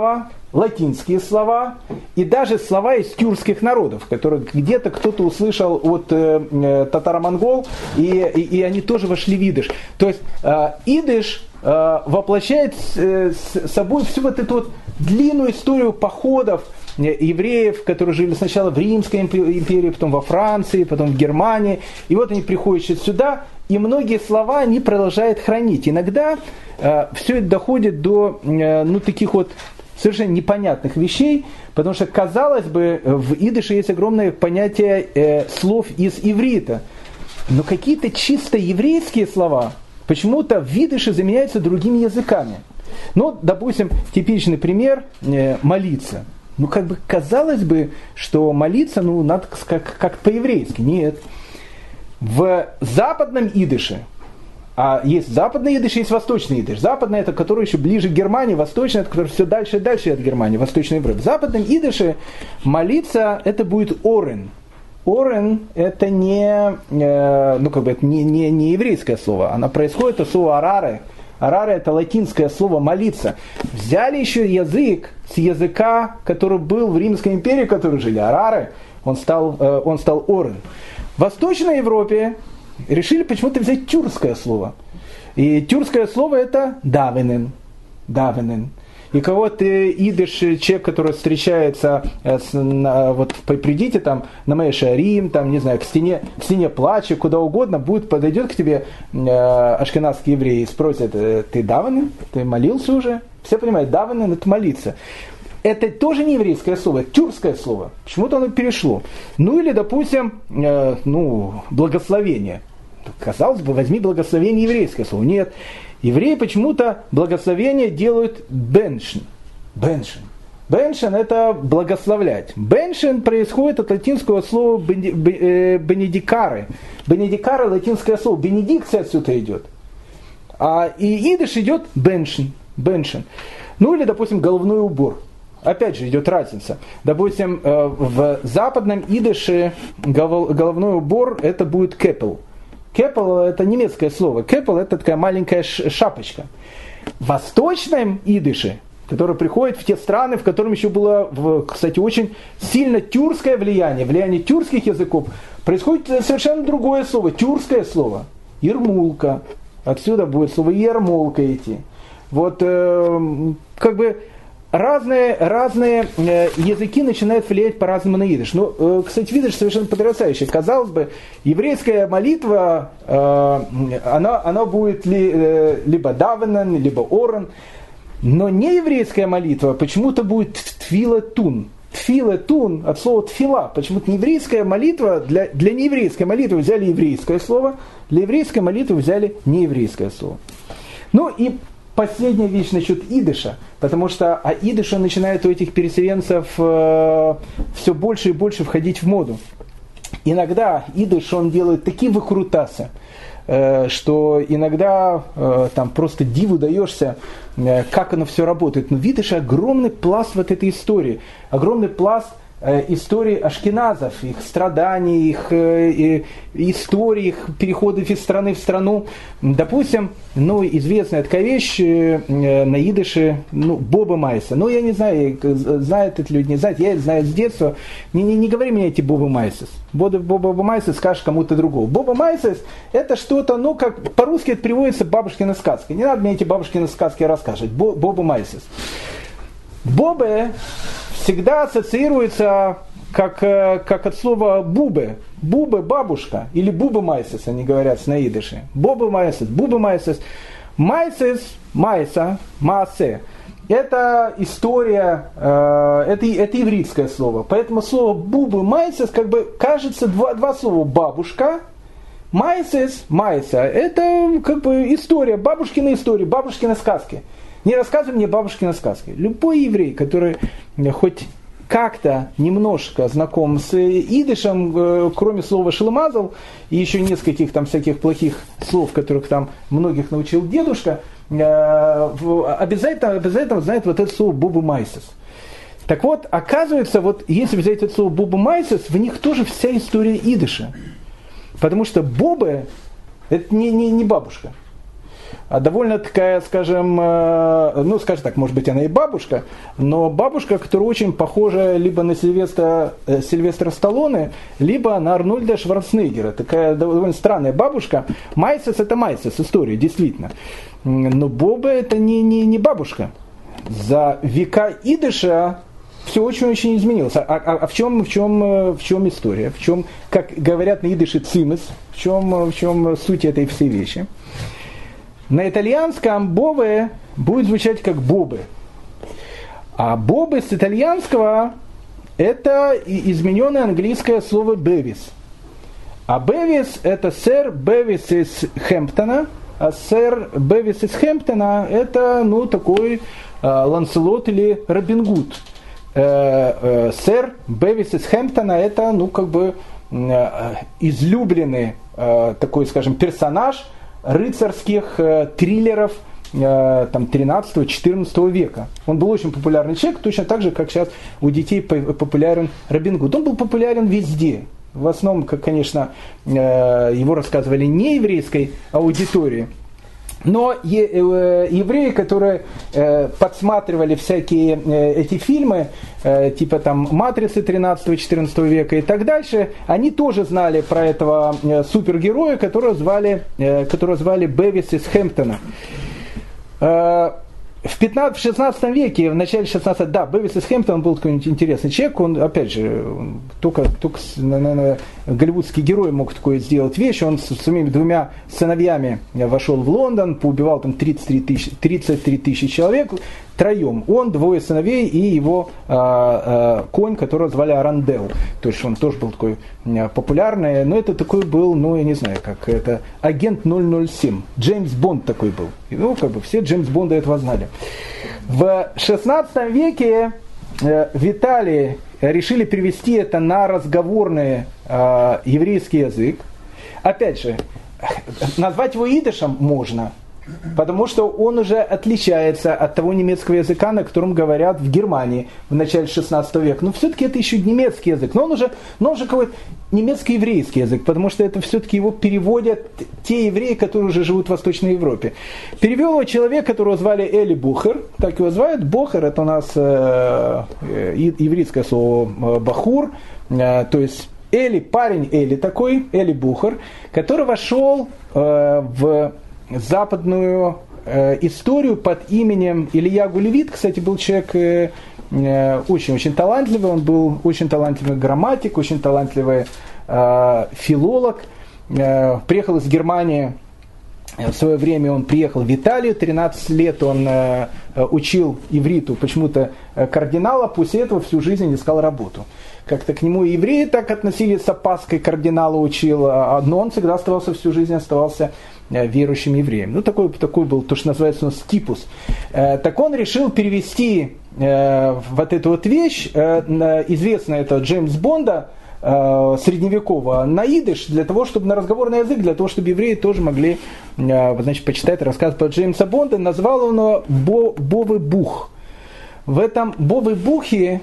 S1: латинские слова и даже слова из тюркских народов, которые где-то кто-то услышал от э, татаро-монгол, и, и, и они тоже вошли в идыш. То есть э, идыш э, воплощает э, с собой всю вот эту вот длинную историю походов евреев, которые жили сначала в Римской империи, потом во Франции, потом в Германии. И вот они приходят сюда, и многие слова они продолжают хранить. Иногда э, все это доходит до э, ну, таких вот совершенно непонятных вещей, потому что, казалось бы, в идыше есть огромное понятие э, слов из иврита. Но какие-то чисто еврейские слова почему-то в идыше заменяются другими языками. Ну, допустим, типичный пример э, – молиться. Ну, как бы казалось бы, что молиться, ну, надо как, как по-еврейски. Нет. В западном идыше, а есть западный идыш, есть восточный идыш. Западный – это который еще ближе к Германии, восточный – это который все дальше и дальше от Германии, Восточной Европы. В западном идыше молиться – это будет орен. Орен – это не, э, ну, как бы, это не, не, не еврейское слово, оно происходит от слова араре. Араре – это латинское слово «молиться». Взяли еще язык с языка, который был в Римской империи, в которой жили араре, он стал, э, он стал орен. В Восточной Европе решили почему-то взять тюркское слово. И тюркское слово это давенен. Давенен. И кого-то идыш, человек, который встречается, с, на, вот придите там на Мешарим, там, не знаю, к стене, к стене плача, куда угодно, будет, подойдет к тебе э, ашкеназский еврей и спросит: ты давенен? Ты молился уже? Все понимают, давенен это молиться. Это тоже не еврейское слово, это тюркское слово. Почему-то оно перешло. Ну или, допустим, э, ну, благословение. Казалось бы, возьми благословение, еврейское слово. Нет. Евреи почему-то благословение делают беншен. Беншен. Беншен – это благословлять. Беншен происходит от латинского слова бенедикаре. Бенедикаре – латинское слово. Бенедикция отсюда идет. А и идыш идет беншен. Беншен. Ну или, допустим, головной убор. Опять же идет разница. Допустим, в западном идыше головной убор это будет кепел. Кепел это немецкое слово. Кепел это такая маленькая шапочка. В восточном идыше, который приходит в те страны, в которых еще было, кстати, очень сильно тюркское влияние, влияние тюркских языков, происходит совершенно другое слово, тюркское слово. Ермулка. Отсюда будет слово ермолка идти. Вот э, как бы разные, разные э, языки начинают влиять по-разному на идыш. Ну, э, кстати, идыш совершенно потрясающий. Казалось бы, еврейская молитва, э, она, она будет ли, э, либо давенен, либо орен, но не еврейская молитва почему-то будет тфила-тун. Тфила-тун от слова тфила. Почему-то еврейская молитва, для, для нееврейской молитвы взяли еврейское слово, для еврейской молитвы взяли нееврейское слово. Ну и последняя вещь насчет идыша, потому что а идыш он начинает у этих переселенцев э, все больше и больше входить в моду. Иногда идыш он делает такие выкрутасы, э, что иногда э, там просто диву даешься, э, как оно все работает. Но в идыше огромный пласт вот этой истории, огромный пласт истории ашкеназов, их страданий, их э, истории, их переходов из страны в страну. Допустим, ну, известная такая вещь э, на идыше, ну, Боба Майса. Ну, я не знаю, знают это люди, не знают, я это знаю с детства. Не, не, не говори мне эти Боба Майсес. Боба, Боба Майсес скажешь кому-то другому. Боба Майсес это что-то, ну, как по-русски это переводится бабушкина сказка. Не надо мне эти бабушкины сказки рассказывать. Бо, Боба Майсес. Бобе всегда ассоциируется как, как от слова бубе. Бубе – бабушка. Или буба майсес, они говорят на идыше. Боба майсес, буба майсес. Майсес, майса, маасе. Это история, э, это, это ивритское слово. Поэтому слово бубы майсес, как бы кажется два, два слова. Бабушка, майсес, майса. Это как бы история, бабушкина история, бабушкины сказки. Не рассказывай мне бабушкины сказки. Любой еврей, который хоть как-то немножко знаком с идышем, кроме слова шелмазал и еще нескольких там всяких плохих слов, которых там многих научил дедушка, обязательно, обязательно знает вот это слово бубу майсес. Так вот, оказывается, вот если взять это слово бубу майсес, в них тоже вся история идыша. Потому что бобе это не, не, не бабушка. довольно такая, скажем, ну, скажем так, может быть, она и бабушка, но бабушка, которая очень похожа либо на Сильвестра, Сильвестра Сталлоне, либо на Арнольда Шварценеггера. Такая довольно странная бабушка. Майсес — это Майсес, история, действительно. Но Боба — это не, не, не бабушка. За века идыша все очень-очень изменилось. А, а, а в, чем, в, чем, в чем история? В чем, как говорят на идыше, цимес? В чем, в чем суть этой всей вещи? На итальянском «бове» будет звучать как «бобы». А «бобы» с итальянского – это измененное английское слово «бевис». А «бевис» – это сэр Бевис из Хэмптона, а сэр Бевис из Хэмптона – это, ну, такой э, Ланселот или Робин Гуд. Э, э, сэр Бевис из Хэмптона – это, ну, как бы э, излюбленный э, такой, скажем, персонаж – рыцарских э, триллеров э, там, тринадцатого-четырнадцатого века. Он был очень популярный человек, точно так же, как сейчас у детей популярен Робин Гуд. Он был популярен везде. В основном, как, конечно, э, его рассказывали не еврейской аудитории. Но е, э, евреи, которые э, подсматривали всякие э, эти фильмы, э, типа там «Матрицы» тринадцатого-четырнадцатого века и так дальше, они тоже знали про этого э, супергероя, которого звали, э, которого звали Бевис из Хэмптона. Э, В шестнадцатом веке, в начале шестнадцатого, да, Бевис из Хэмптона был такой интересный человек, он, опять же, только, только наверное, голливудский герой мог такое сделать вещь, он с своими двумя сыновьями вошел в Лондон, поубивал там тридцать три тысячи, тридцать три тысячи человек, троем, он, двое сыновей и его э, э, конь, которого звали Арандел, то есть он тоже был такой э, популярный, но это такой был, ну, я не знаю, как это, агент ноль ноль семь, Джеймс Бонд такой был, и, ну, как бы все Джеймс Бонда этого знали. В шестнадцатом веке э, в Италии решили перевести это на разговорный э, еврейский язык. Опять же, назвать его идышем можно, потому что он уже отличается от того немецкого языка, на котором говорят в Германии в начале шестнадцатого века. Но все-таки это еще немецкий язык, но он уже, но он уже какой-то немецко-еврейский язык, потому что это все-таки его переводят те евреи, которые уже живут в Восточной Европе. Перевел его человек, которого звали Эли Бухер, так его звают. Бухер — это у нас э, э, еврейское слово бахур, э, то есть Эли, парень Эли такой, Эли Бухер, который вошел э, в западную э, историю под именем Илья Гулевит. Кстати, был человек э, э, очень-очень талантливый, он был очень талантливый грамматик, очень талантливый э, филолог. Э, приехал из Германии, в свое время он приехал в Италию, тринадцать лет он э, учил ивриту почему-то э, кардинала, после этого всю жизнь искал работу. Как-то к нему евреи так относились с опаской, кардинала учил, но он всегда оставался, всю жизнь оставался верующим евреем. Ну, такой, такой был, то, что называется у нас типус. Так он решил перевести вот эту вот вещь, известная это Джеймс Бонда, средневекового, на идыш, для того, чтобы на разговорный язык, для того, чтобы евреи тоже могли, значит, почитать рассказ про Джеймса Бонда. Назвал он его Бо, Бовый Бух. В этом Бовый Бухе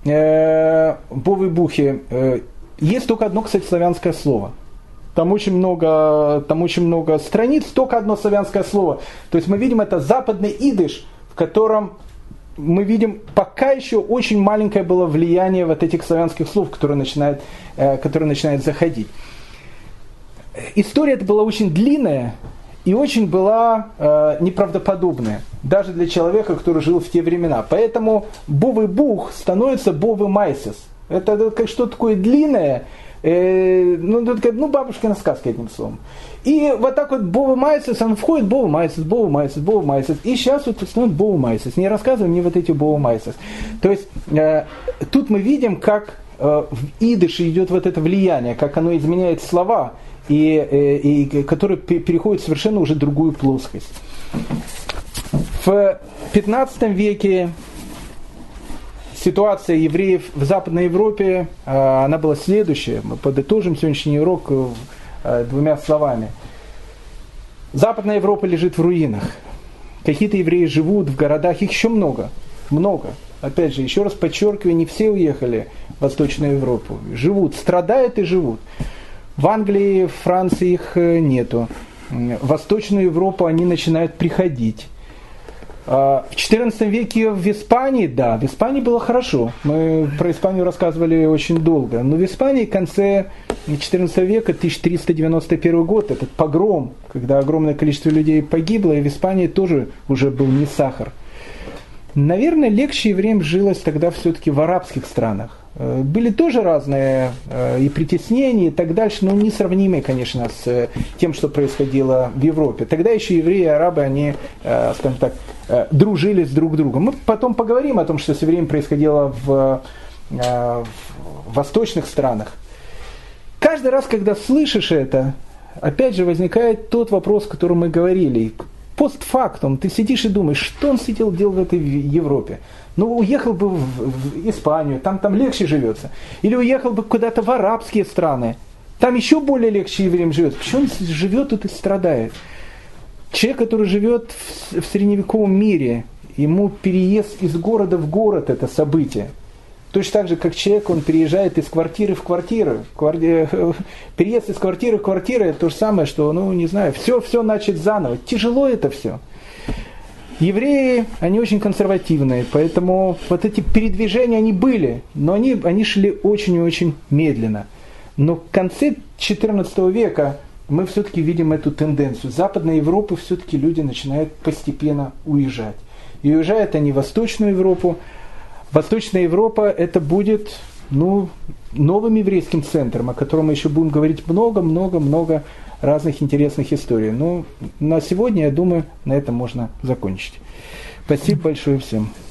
S1: Бовый Бухе есть только одно, кстати, славянское слово. Там очень много, там очень много страниц, только одно славянское слово. То есть мы видим это западный идыш, в котором мы видим пока еще очень маленькое было влияние вот этих славянских слов, которые начинают, которые начинают заходить. История эта была очень длинная и очень была э, неправдоподобная, даже для человека, который жил в те времена. Поэтому Бовый Бух становится Бовый Майсес. Это, это как что-то такое длинное, э, ну, это, ну, бабушкина сказка, одним словом. И вот так вот Бовый Майсес, он входит, Бовый Майсес, Бовый Майсес, Бовый Майсес. И сейчас вот становится Бовый Майсес. Не рассказывай мне вот эти Бовый Майсес. То есть э, тут мы видим, как э, в идыше идет вот это влияние, как оно изменяет слова, и, и, и который переходит в совершенно уже другую плоскость. В пятнадцатом веке ситуация евреев в Западной Европе, она была следующая. Мы подытожим сегодняшний урок двумя словами. Западная Европа лежит в руинах. Какие-то евреи живут в городах, их еще много. Много. Опять же, еще раз подчеркиваю, не все уехали в Восточную Европу. Живут, страдают и живут. В Англии, в Франции их нету. в Восточную Европу они начинают приходить. В четырнадцатом веке в Испании, да, в Испании было хорошо. Мы про Испанию рассказывали очень долго. Но в Испании в конце четырнадцатого века, тысяча триста девяносто первый год, этот погром, когда огромное количество людей погибло, и в Испании тоже уже был не сахар. Наверное, легче евреям жилось тогда все-таки в арабских странах. Были тоже разные и притеснения и так дальше, но несравнимые, конечно, с тем, что происходило в Европе. Тогда еще евреи и арабы, они, скажем так, дружили с друг другом. Мы потом поговорим о том, что со временем происходило в, в восточных странах. Каждый раз, когда слышишь это, опять же возникает тот вопрос, о котором мы говорили. Постфактум, ты сидишь и думаешь, что он сидел, делал в этой Европе. Ну, уехал бы в, в Испанию, там, там легче живется. Или уехал бы куда-то в арабские страны, там еще более легче евреям живет. Почему он живет тут и страдает? Человек, который живет в, в средневековом мире, ему переезд из города в город – это событие. Точно так же, как человек, он переезжает из квартиры в квартиру. Кварти... Переезд из квартиры в квартиру – это то же самое, что, ну, не знаю, все, все начать заново. Тяжело это все. Евреи, они очень консервативные, поэтому вот эти передвижения, они были, но они, они шли очень и очень медленно. Но в конце четырнадцатого века мы все-таки видим эту тенденцию. С Западной Европы все-таки люди начинают постепенно уезжать. И уезжают они в Восточную Европу. Восточная Европа это будет, ну, новым еврейским центром, о котором мы еще будем говорить много-много-много разных интересных историй. Но на сегодня, я думаю, на этом можно закончить. Спасибо большое всем.